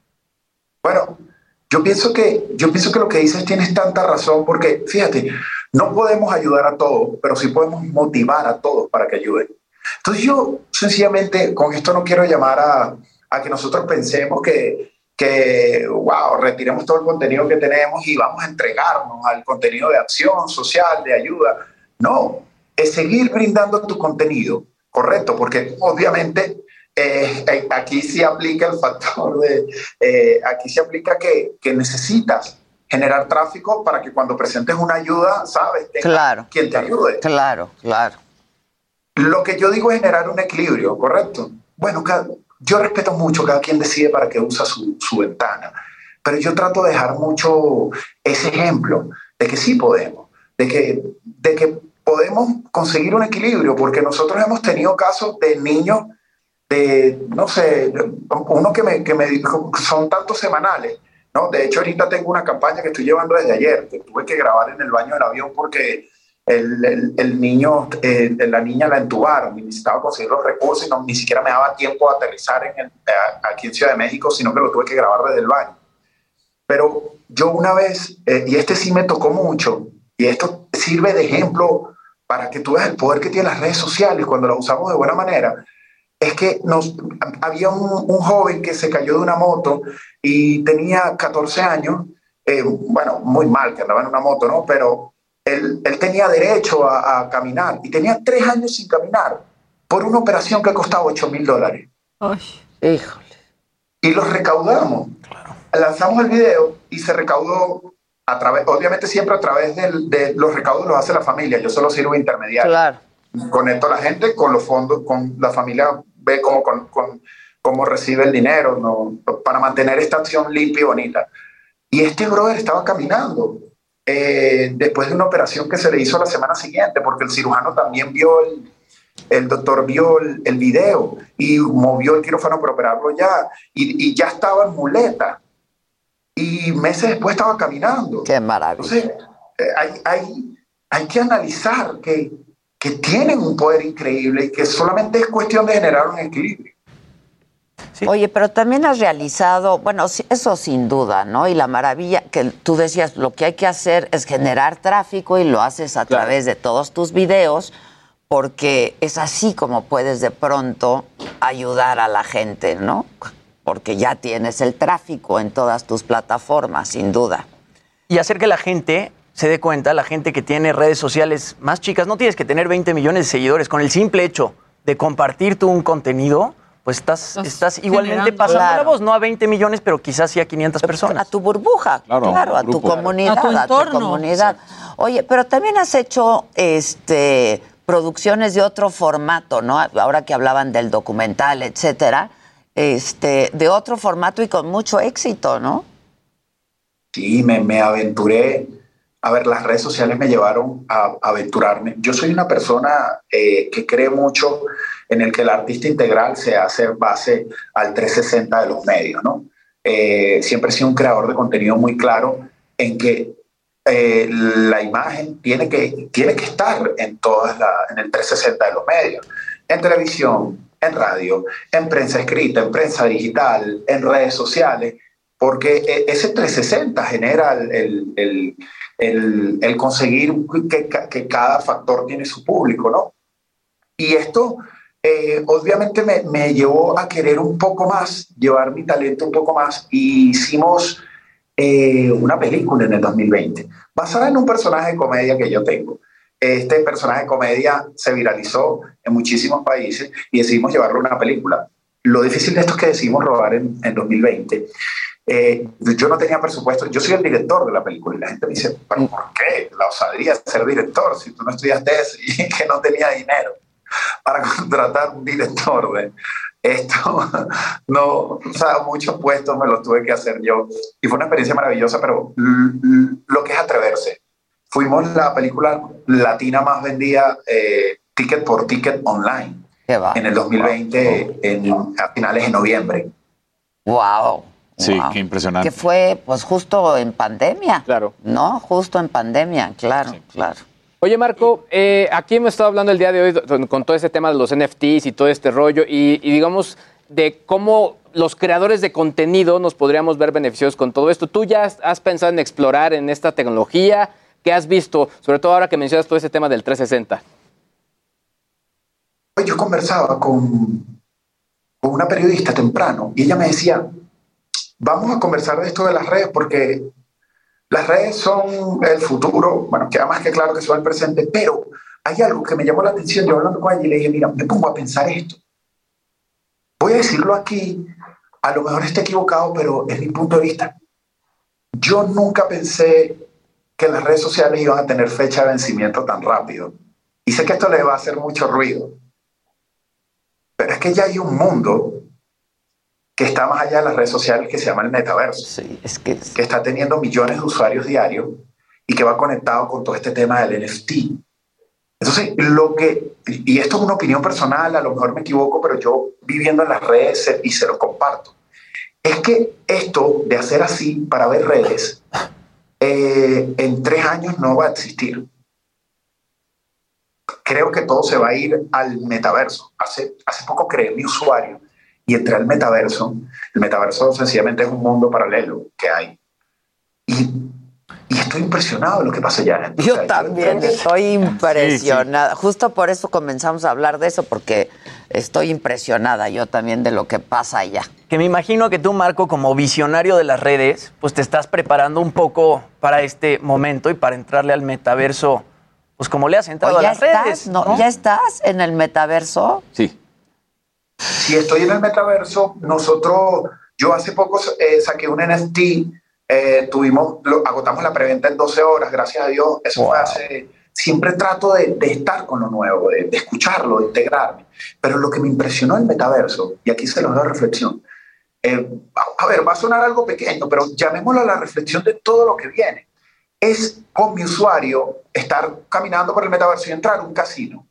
Bueno, yo pienso, que, yo pienso que lo que dices tienes tanta razón porque, fíjate, no podemos ayudar a todos, pero sí podemos motivar a todos para que ayuden. Entonces yo sencillamente con esto no quiero llamar a, a que nosotros pensemos que, que, wow, retiremos todo el contenido que tenemos y vamos a entregarnos al contenido de acción social, de ayuda. No, es seguir brindando tu contenido, correcto, porque obviamente eh, aquí sí aplica el factor de, eh, aquí sí aplica que, que necesitas generar tráfico para que cuando presentes una ayuda, sabes, tenga claro, quien te ayude. Claro, claro. Lo que yo digo es generar un equilibrio, ¿correcto? Bueno, cada, yo respeto mucho, cada quien decide para qué usa su, su ventana, pero yo trato de dejar mucho ese ejemplo de que sí podemos, de que, de que podemos conseguir un equilibrio, porque nosotros hemos tenido casos de niños, de, no sé, uno que me, que me dijo, son tantos semanales, ¿no? De hecho, ahorita tengo una campaña que estoy llevando desde ayer, que tuve que grabar en el baño del avión porque el, el, el niño, eh, la niña la entubaron y necesitaba conseguir los recursos y no, ni siquiera me daba tiempo de aterrizar en el, aquí en Ciudad de México, sino que lo tuve que grabar desde el baño. Pero yo una vez, eh, y este sí me tocó mucho, y esto sirve de ejemplo para que tú veas el poder que tienen las redes sociales cuando las usamos de buena manera. es que nos, había un, un joven que se cayó de una moto y tenía catorce años, eh, bueno, muy mal que andaba en una moto, ¿no? Pero él, él tenía derecho a, a caminar y tenía tres años sin caminar por una operación que costaba ocho mil dólares. Híjole. Y los recaudamos. Claro. Lanzamos el video y se recaudó a través, obviamente siempre a través del, de los recaudos los hace la familia, yo solo sirvo intermediario. Claro. Conecto a la gente con los fondos, con la familia ve cómo, con, con, cómo recibe el dinero, ¿no? Para mantener esta acción limpia y bonita. Y este brother estaba caminando eh, después de una operación que se le hizo la semana siguiente, porque el cirujano también vio el, el doctor vio el, el video y movió el quirófano para operarlo ya, y, y ya estaba en muleta. Y meses después estaba caminando. ¡Qué maravilla! Entonces, eh, hay, hay, hay que analizar que, que tienen un poder increíble y que solamente es cuestión de generar un equilibrio. Sí. Oye, pero también has realizado, bueno, eso sin duda, ¿no? Y la maravilla que tú decías, lo que hay que hacer es generar tráfico y lo haces a claro. través de todos tus videos, porque es así como puedes de pronto ayudar a la gente, ¿no? Porque ya tienes el tráfico en todas tus plataformas, sin duda. Y hacer que la gente se dé cuenta, la gente que tiene redes sociales más chicas, no tienes que tener veinte millones de seguidores, con el simple hecho de compartir tú un contenido, pues estás, estás igualmente pasando claro. la voz, no a veinte millones, pero quizás sí a quinientas personas. A tu burbuja, claro, claro a tu comunidad, a tu, a tu comunidad. Sí. Oye, pero también has hecho este producciones de otro formato, ¿no? Ahora que hablaban del documental, etcétera, este, de otro formato y con mucho éxito, ¿no? Sí, me, me aventuré. A ver, las redes sociales me llevaron a, a aventurarme. Yo soy una persona eh, que cree mucho en el que el artista integral se hace base al trescientos sesenta de los medios, ¿no? Eh, siempre he sido un creador de contenido muy claro en que eh, la imagen tiene que, tiene que estar en, todas la, en el trescientos sesenta de los medios. En televisión, en radio, en prensa escrita, en prensa digital, en redes sociales, porque ese trescientos sesenta genera el, el, el, el, el conseguir que, que cada factor tiene su público, ¿no? Y esto eh, obviamente me, me llevó a querer un poco más, llevar mi talento un poco más, y hicimos eh, una película en el dos mil veinte, basada en un personaje de comedia que yo tengo. Este personaje de comedia se viralizó en muchísimos países y decidimos llevarlo a una película. Lo difícil de esto es que decidimos robar en, en dos mil veinte. Eh, yo no tenía presupuesto, yo soy el director de la película y la gente me dice, ¿pero por qué? La osadía de ser director si tú no estudiaste eso, y que no tenía dinero para contratar un director de esto. No, o sea, muchos puestos me los tuve que hacer yo y fue una experiencia maravillosa, pero lo que es atreverse. Fuimos la película latina más vendida eh, ticket por ticket online en el dos mil veinte, en, a finales de noviembre. ¡Wow! Sí, wow. Qué impresionante. Que fue pues justo en pandemia. Claro. ¿No? Justo en pandemia, claro, sí. claro. Oye, Marco, eh, aquí hemos estado hablando el día de hoy con todo ese tema de los N F Ts y todo este rollo y, y digamos de cómo los creadores de contenido nos podríamos ver beneficiados con todo esto. ¿Tú ya has, has pensado en explorar en esta tecnología? ¿Qué has visto? Sobre todo ahora que mencionas todo ese tema del trescientos sesenta. Yo conversaba con, con una periodista temprano y ella me decía, vamos a conversar de esto de las redes porque las redes son el futuro, bueno, queda más que claro que son el presente, pero hay algo que me llamó la atención. Yo hablando con ella y le dije, mira, me pongo a pensar esto. Voy a decirlo aquí, a lo mejor esté equivocado, pero es mi punto de vista. Yo nunca pensé que las redes sociales iban a tener fecha de vencimiento tan rápido. Y sé que esto les va a hacer mucho ruido. Pero es que ya hay un mundo que está más allá de las redes sociales que se llama el metaverso. Sí, es que... que está teniendo millones de usuarios diarios y que va conectado con todo este tema del N F T. Entonces, lo que... Y esto es una opinión personal, a lo mejor me equivoco, pero yo viviendo en las redes y se lo comparto. Es que esto de hacer así para ver redes... Eh, en tres años no va a existir. Creo que todo se va a ir al metaverso. Hace, hace poco creé mi usuario y entré al metaverso. El metaverso sencillamente es un mundo paralelo que hay. Y, y estoy impresionado de lo que pasa allá. Entonces, yo también yo estoy impresionada. Sí, sí. Justo por eso comenzamos a hablar de eso, porque estoy impresionada yo también de lo que pasa allá. Que me imagino que tú, Marco, como visionario de las redes, pues te estás preparando un poco para este momento y para entrarle al metaverso, pues como le has entrado a las estás, redes. ¿no? ¿no? ¿Ya estás en el metaverso? Sí. Si estoy en el metaverso, nosotros, yo hace poco eh, saqué un N F T, eh, tuvimos, lo, agotamos la preventa en doce horas, gracias a Dios, eso wow. fue hace... Siempre trato de, de estar con lo nuevo, de, de escucharlo, de integrarme. Pero lo que me impresionó el metaverso, y aquí se los doy a reflexión, eh, a, a ver, va a sonar algo pequeño, pero llamémoslo a la reflexión de todo lo que viene. Es con mi usuario estar caminando por el metaverso y entrar a un casino.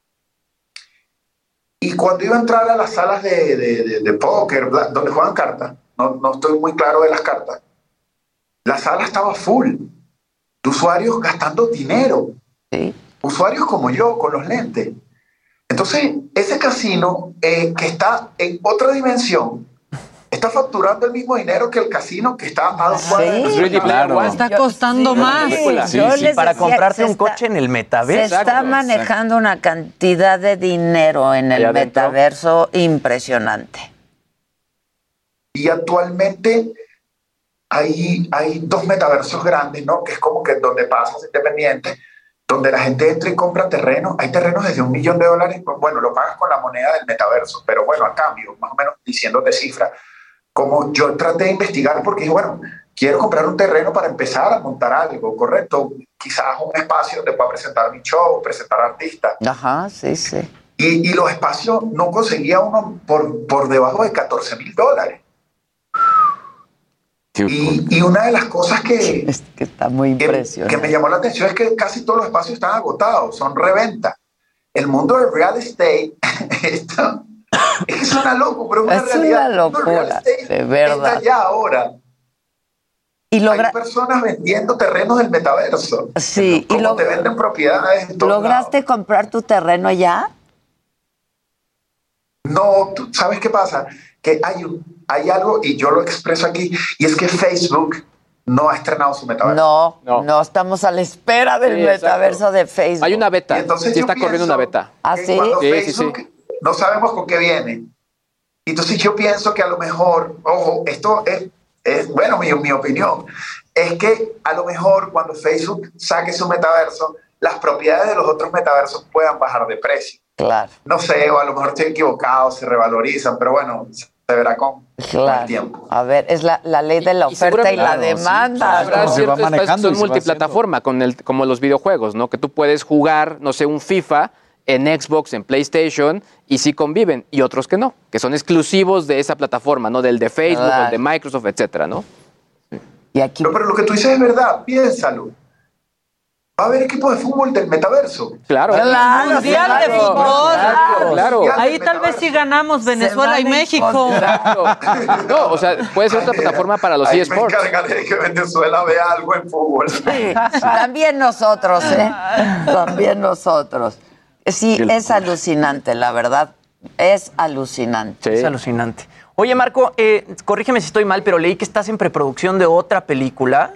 Y cuando iba a entrar a las salas de, de, de, de póker, donde juegan cartas, no, no estoy muy claro de las cartas, la sala estaba full de usuarios gastando dinero. Sí. Usuarios como yo, con los lentes. Entonces, ese casino eh, que está en otra dimensión, está facturando el mismo dinero que el casino que está a dos cuadras. Sí, sí, claro. Está costando sí, más. Sí, sí, sí, para decía, comprarte un está, coche en el metaverso. Se está manejando una cantidad de dinero en el metaverso impresionante. Y actualmente hay, hay dos metaversos grandes, ¿no? Que es como que donde pasas independiente, donde la gente entra y compra terreno. Hay terrenos desde un millón de dólares, bueno, lo pagas con la moneda del metaverso, pero bueno, a cambio, más o menos diciéndote cifra. Como yo traté de investigar porque dije, bueno, quiero comprar un terreno para empezar a montar algo, ¿correcto? Quizás un espacio donde pueda presentar mi show, presentar artistas. Ajá, sí, sí. Y, y los espacios no conseguía uno por, por debajo de catorce mil dólares. Y, y una de las cosas que, es que, está muy impresionante. Que, que me llamó la atención es que casi todos los espacios están agotados, son reventa. El mundo del real estate está, es que suena loco, pero es una es realidad. Una locura, de verdad. Está ya ahora. Y logra... Hay personas vendiendo terrenos del metaverso. Sí, como y lo... te venden propiedades. En ¿Lograste lados. comprar tu terreno ya? No, ¿tú sabes qué pasa? Que hay, un, hay algo, y yo lo expreso aquí, y es que Facebook no ha estrenado su metaverso. No, no, no estamos a la espera del sí, metaverso de Facebook. Hay una beta, sí está corriendo una beta. ¿Ah, sí? Sí, Facebook, sí, sí. No sabemos con qué viene. Entonces yo pienso que a lo mejor, ojo, esto es, es bueno, mi, mi opinión, es que a lo mejor cuando Facebook saque su metaverso, las propiedades de los otros metaversos puedan bajar de precio. Claro. No sé, o a lo mejor estoy equivocado, se revalorizan, pero bueno, se verá con, claro. con el tiempo. A ver, es la, la ley de la oferta y, y la demanda. Sí. Habrá ciertos espacios son multiplataforma, con el, como los videojuegos, ¿no? Que tú puedes jugar, no sé, un FIFA en Xbox, en PlayStation, y sí conviven, y otros que no, que son exclusivos de esa plataforma, ¿no? Del de Facebook, claro. el de Microsoft, etcétera, ¿no? Sí. Y aquí... no, pero lo que tú dices es verdad, piénsalo. Va a haber equipos de fútbol del metaverso. Claro. Claro, mundial claro, de fútbol. Claro, claro. Ahí tal vez sí ganamos Venezuela y México. Claro. No, o sea, puede ser otra plataforma para los eSports. Me encargaré de que Venezuela vea algo en fútbol. Sí, también nosotros, ¿eh? También nosotros. Sí, es alucinante, la verdad. Es alucinante. Sí. Es alucinante. Oye, Marco, eh, corrígeme si estoy mal, pero leí que estás en preproducción de otra película.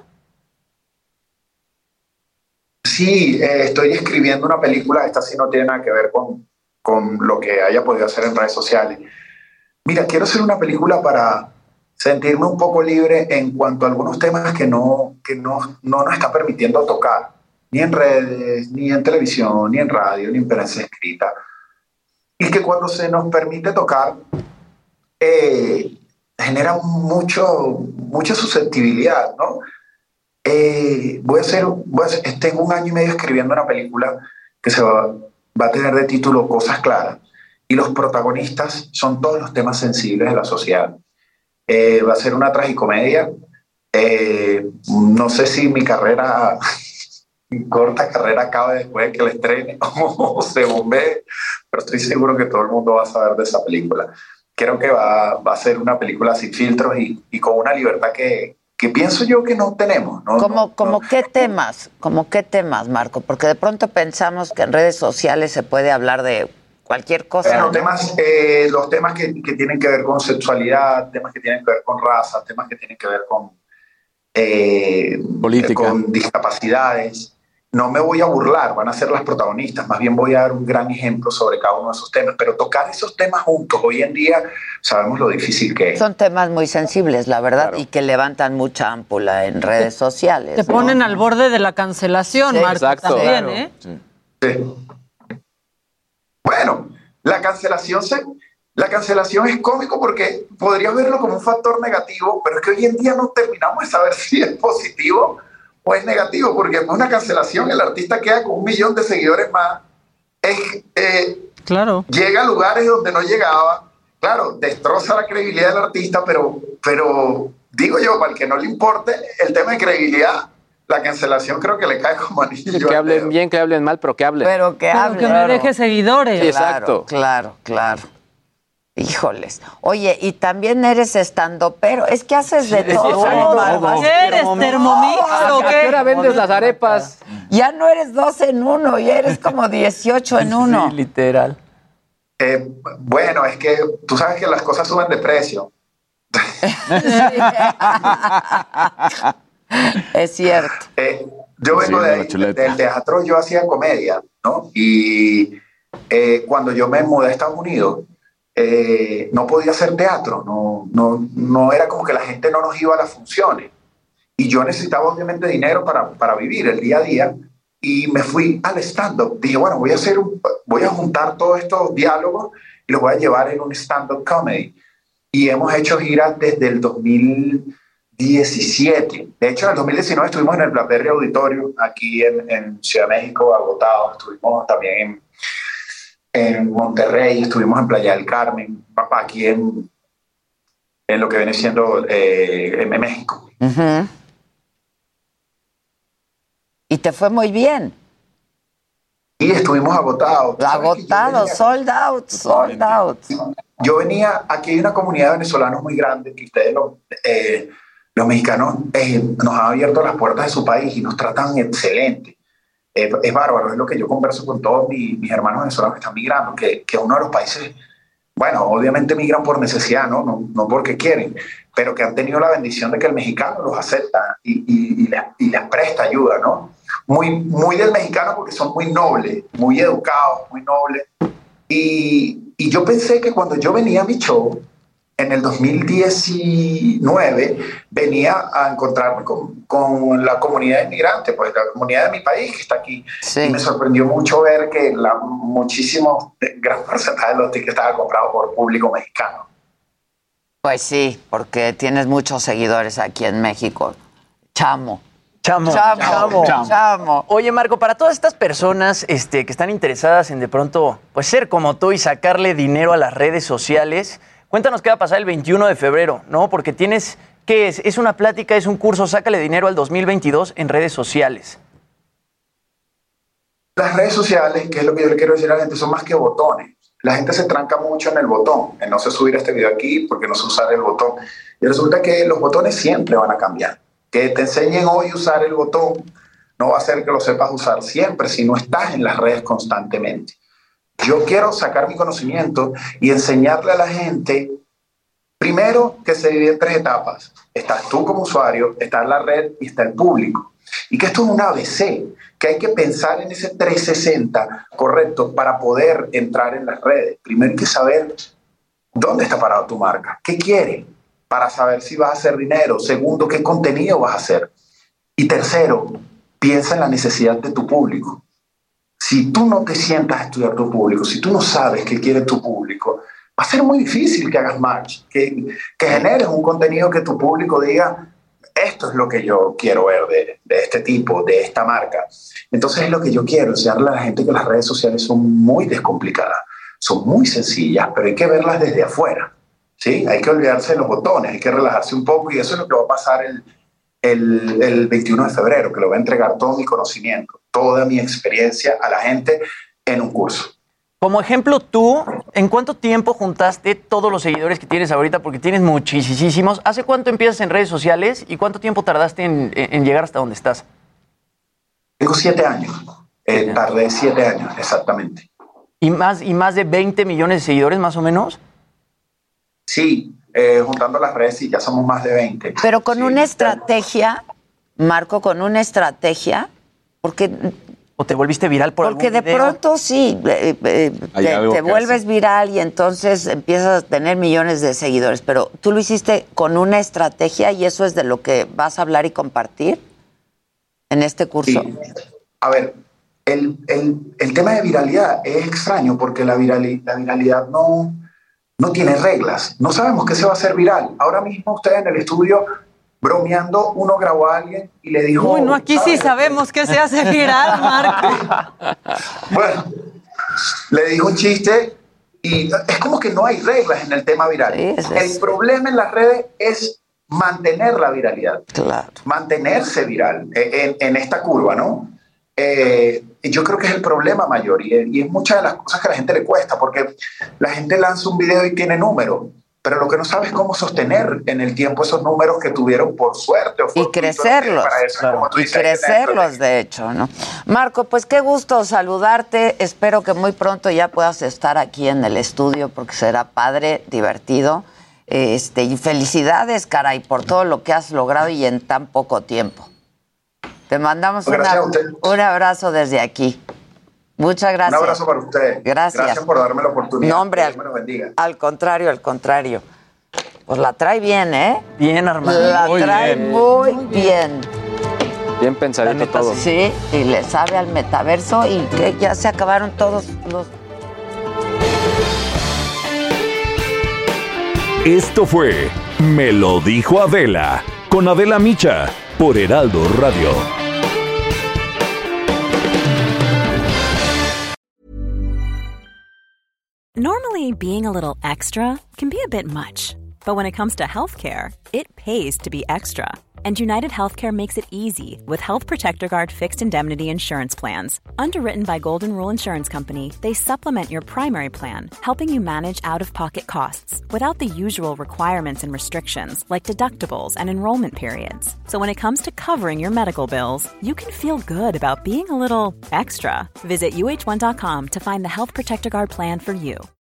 Sí, eh, estoy escribiendo una película, esta sí no tiene nada que ver con, con lo que haya podido hacer en redes sociales. Mira, quiero hacer una película para sentirme un poco libre en cuanto a algunos temas que no, que no, no nos está permitiendo tocar, ni en redes, ni en televisión, ni en radio, ni en prensa escrita. Y que cuando se nos permite tocar, eh, genera mucho, mucha susceptibilidad, ¿no? Eh, voy a hacer, voy a hacer, tengo un año y medio escribiendo una película que se va, va a tener de título Cosas Claras, y los protagonistas son todos los temas sensibles de la sociedad. Eh, va a ser una tragicomedia. Eh, no sé si mi carrera, mi corta carrera acabe después de que la estrene o se bombee, pero estoy seguro que todo el mundo va a saber de esa película. Creo que va, va a ser una película sin filtros y, y con una libertad que que pienso yo que no tenemos. ¿no? ¿Cómo, no, como no. qué temas? ¿Cómo qué temas, Marco? Porque de pronto pensamos que en redes sociales se puede hablar de cualquier cosa. Bueno, ¿no? temas, eh, los temas que, que tienen que ver con sexualidad, temas que tienen que ver con raza, temas que tienen que ver con, eh, política, con discapacidades, no me voy a burlar, van a ser las protagonistas, más bien voy a dar un gran ejemplo sobre cada uno de esos temas, pero tocar esos temas juntos, hoy en día sabemos lo difícil que es. Son temas muy sensibles, la verdad, claro. Y que levantan mucha ámpula en redes sociales. Te ¿no? ponen al borde de la cancelación, sí, Marco, exacto, también, claro. ¿eh? Sí. Sí. Bueno, la cancelación se... La cancelación es cómico porque podrías verlo como un factor negativo, pero es que hoy en día no terminamos de saber si es positivo o es negativo, porque es una cancelación, el artista queda con un millón de seguidores más, es, eh, claro. llega a lugares donde no llegaba, claro, destroza la credibilidad del artista, pero, pero digo yo, para el que no le importe el tema de credibilidad, la cancelación creo que le cae como anillo. Que hablen bien, que hablen mal, pero que hablen. Pero que pero hablen. Que me claro. deje seguidores. Sí, exacto. Claro, claro. Híjoles. Oye, y también eres estandopero. Es que haces de sí, todo. todo. ¿Eres Thermomix o qué? Ahora vendes las arepas. Ya no eres dos en uno, ya eres como dieciocho en uno. Sí, literal. Eh, bueno, es que tú sabes que las cosas suben de precio. Es cierto. Eh, yo vengo sí, de ahí, del teatro, yo hacía comedia, ¿no? Y eh, cuando yo me mudé a Estados Unidos, Eh, no podía hacer teatro, no, no, no era como que la gente no nos iba a las funciones. Y yo necesitaba obviamente dinero para, para vivir el día a día y me fui al stand-up. Dije, bueno, voy a, hacer un, voy a juntar todos estos diálogos y los voy a llevar en un stand-up comedy. Y hemos hecho giras desde el dos mil diecisiete. De hecho, en el dos mil diecinueve estuvimos en el Blackberry Auditorio, aquí en, en Ciudad de México, agotados. Estuvimos también en en Monterrey, estuvimos en Playa del Carmen, papá, aquí en, en lo que viene siendo eh, en México. Uh-huh. Y te fue muy bien. Y estuvimos agotados. Agotados, sold out, sold out. Yo venía, aquí hay una comunidad de venezolanos muy grande que ustedes, los, eh, los mexicanos, eh, nos han abierto las puertas de su país y nos tratan excelente. Es, es bárbaro, es lo que yo converso con todos mis, mis hermanos venezolanos que están migrando, que, que uno de los países, bueno, obviamente migran por necesidad, ¿no? No, no porque quieren, pero que han tenido la bendición de que el mexicano los acepta y, y, y, les, y les presta ayuda, ¿no? Muy, muy del mexicano porque son muy nobles, muy educados, muy nobles. Y, y yo pensé que cuando yo venía a mi show, en el dos mil diecinueve, venía a encontrarme con, con la comunidad inmigrante, pues la comunidad de mi país que está aquí. Sí. Y me sorprendió mucho ver que la, muchísimos, gran porcentaje de los tickets estaban comprados por público mexicano. Pues sí, porque tienes muchos seguidores aquí en México. Chamo. Chamo. Chamo. Chamo. Chamo. Chamo. Oye, Marco, para todas estas personas este, que están interesadas en de pronto pues, ser como tú y sacarle dinero a las redes sociales, cuéntanos qué va a pasar el veintiuno de febrero, ¿no? Porque tienes, ¿qué es? ¿Es una plática, es un curso? Sácale dinero al dos mil veintidós en redes sociales. Las redes sociales, que es lo que yo le quiero decir a la gente, son más que botones. La gente se tranca mucho en el botón, en no sé subir este video aquí porque no sé usar el botón. Y resulta que los botones siempre van a cambiar. Que te enseñen hoy a usar el botón no va a hacer que lo sepas usar siempre si no estás en las redes constantemente. Yo quiero sacar mi conocimiento y enseñarle a la gente, primero, que se divide en tres etapas. Estás tú como usuario, está la red y está el público. Y que esto es un A B C, que hay que pensar en ese trescientos sesenta correcto para poder entrar en las redes. Primero hay que saber dónde está parado tu marca, qué quiere, para saber si vas a hacer dinero. Segundo, qué contenido vas a hacer. Y tercero, piensa en la necesidad de tu público. Si tú no te sientas a estudiar tu público, si tú no sabes qué quiere tu público, va a ser muy difícil que hagas match, que, que generes un contenido que tu público diga, esto es lo que yo quiero ver de, de este tipo, de esta marca. Entonces es lo que yo quiero, enseñarle a la gente que las redes sociales son muy descomplicadas, son muy sencillas, pero hay que verlas desde afuera, ¿sí? Hay que olvidarse de los botones, hay que relajarse un poco y eso es lo que va a pasar el, el, el veintiuno de febrero, que lo voy a entregar todo mi conocimiento, toda mi experiencia a la gente en un curso. Como ejemplo, tú, ¿en cuánto tiempo juntaste todos los seguidores que tienes ahorita? Porque tienes muchísimos. ¿Hace cuánto empiezas en redes sociales y cuánto tiempo tardaste en, en llegar hasta donde estás? Tengo siete años. Eh, tardé siete años, exactamente. ¿Y más, ¿Y más de veinte millones de seguidores, más o menos? Sí, eh, juntando las redes, sí, ya somos más de veinte. Pero con sí, una estrategia, Marco, con una estrategia Porque... ¿O te volviste viral por Porque algún de video? pronto sí, eh, eh, te, te vuelves hace. viral y entonces empiezas a tener millones de seguidores. Pero tú lo hiciste con una estrategia y eso es de lo que vas a hablar y compartir en este curso. Sí. A ver, el, el, el tema de viralidad es extraño porque la, virali, la viralidad no, no tiene reglas. No sabemos qué se va a hacer viral. Ahora mismo ustedes en el estudio... bromeando, uno grabó a alguien y le dijo... Uy, no, aquí ¿sabes? Sí sabemos qué se hace viral, Marco. Bueno, le dijo un chiste y es como que no hay reglas en el tema viral. Sí, es el eso. problema en las redes es mantener la viralidad. Claro. Mantenerse viral en, en esta curva, ¿no? Eh, yo creo que es el problema mayor y, y es muchas de las cosas que a la gente le cuesta porque la gente lanza un video y tiene números. Pero lo que no sabe es cómo sostener en el tiempo esos números que tuvieron por suerte. O y crecerlos. Para eso, claro. como tú dices, y crecerlos, de hecho, ¿no? Marco, pues qué gusto saludarte. Espero que muy pronto ya puedas estar aquí en el estudio porque será padre, divertido. Este, y felicidades, caray, por todo lo que has logrado y en tan poco tiempo. Te mandamos una, un abrazo desde aquí. Muchas gracias. Un abrazo para usted. Gracias. Gracias por darme la oportunidad. No, hombre, al, me lo bendiga. al contrario, al contrario. Pues la trae bien, ¿eh? Bien, Armando. La muy trae bien. muy bien. Bien pensadito todo. Sí, y le sabe al metaverso y que ya se acabaron todos los... Esto fue Me lo dijo Adela, con Adela Micha, por Heraldo Radio. Normally, being a little extra can be a bit much, but when it comes to healthcare, it pays to be extra. And United Healthcare makes it easy with Health Protector Guard fixed indemnity insurance plans. Underwritten by Golden Rule Insurance Company, they supplement your primary plan, helping you manage out-of-pocket costs without the usual requirements and restrictions like deductibles and enrollment periods. So when it comes to covering your medical bills, you can feel good about being a little extra. Visit U H one dot com to find the Health Protector Guard plan for you.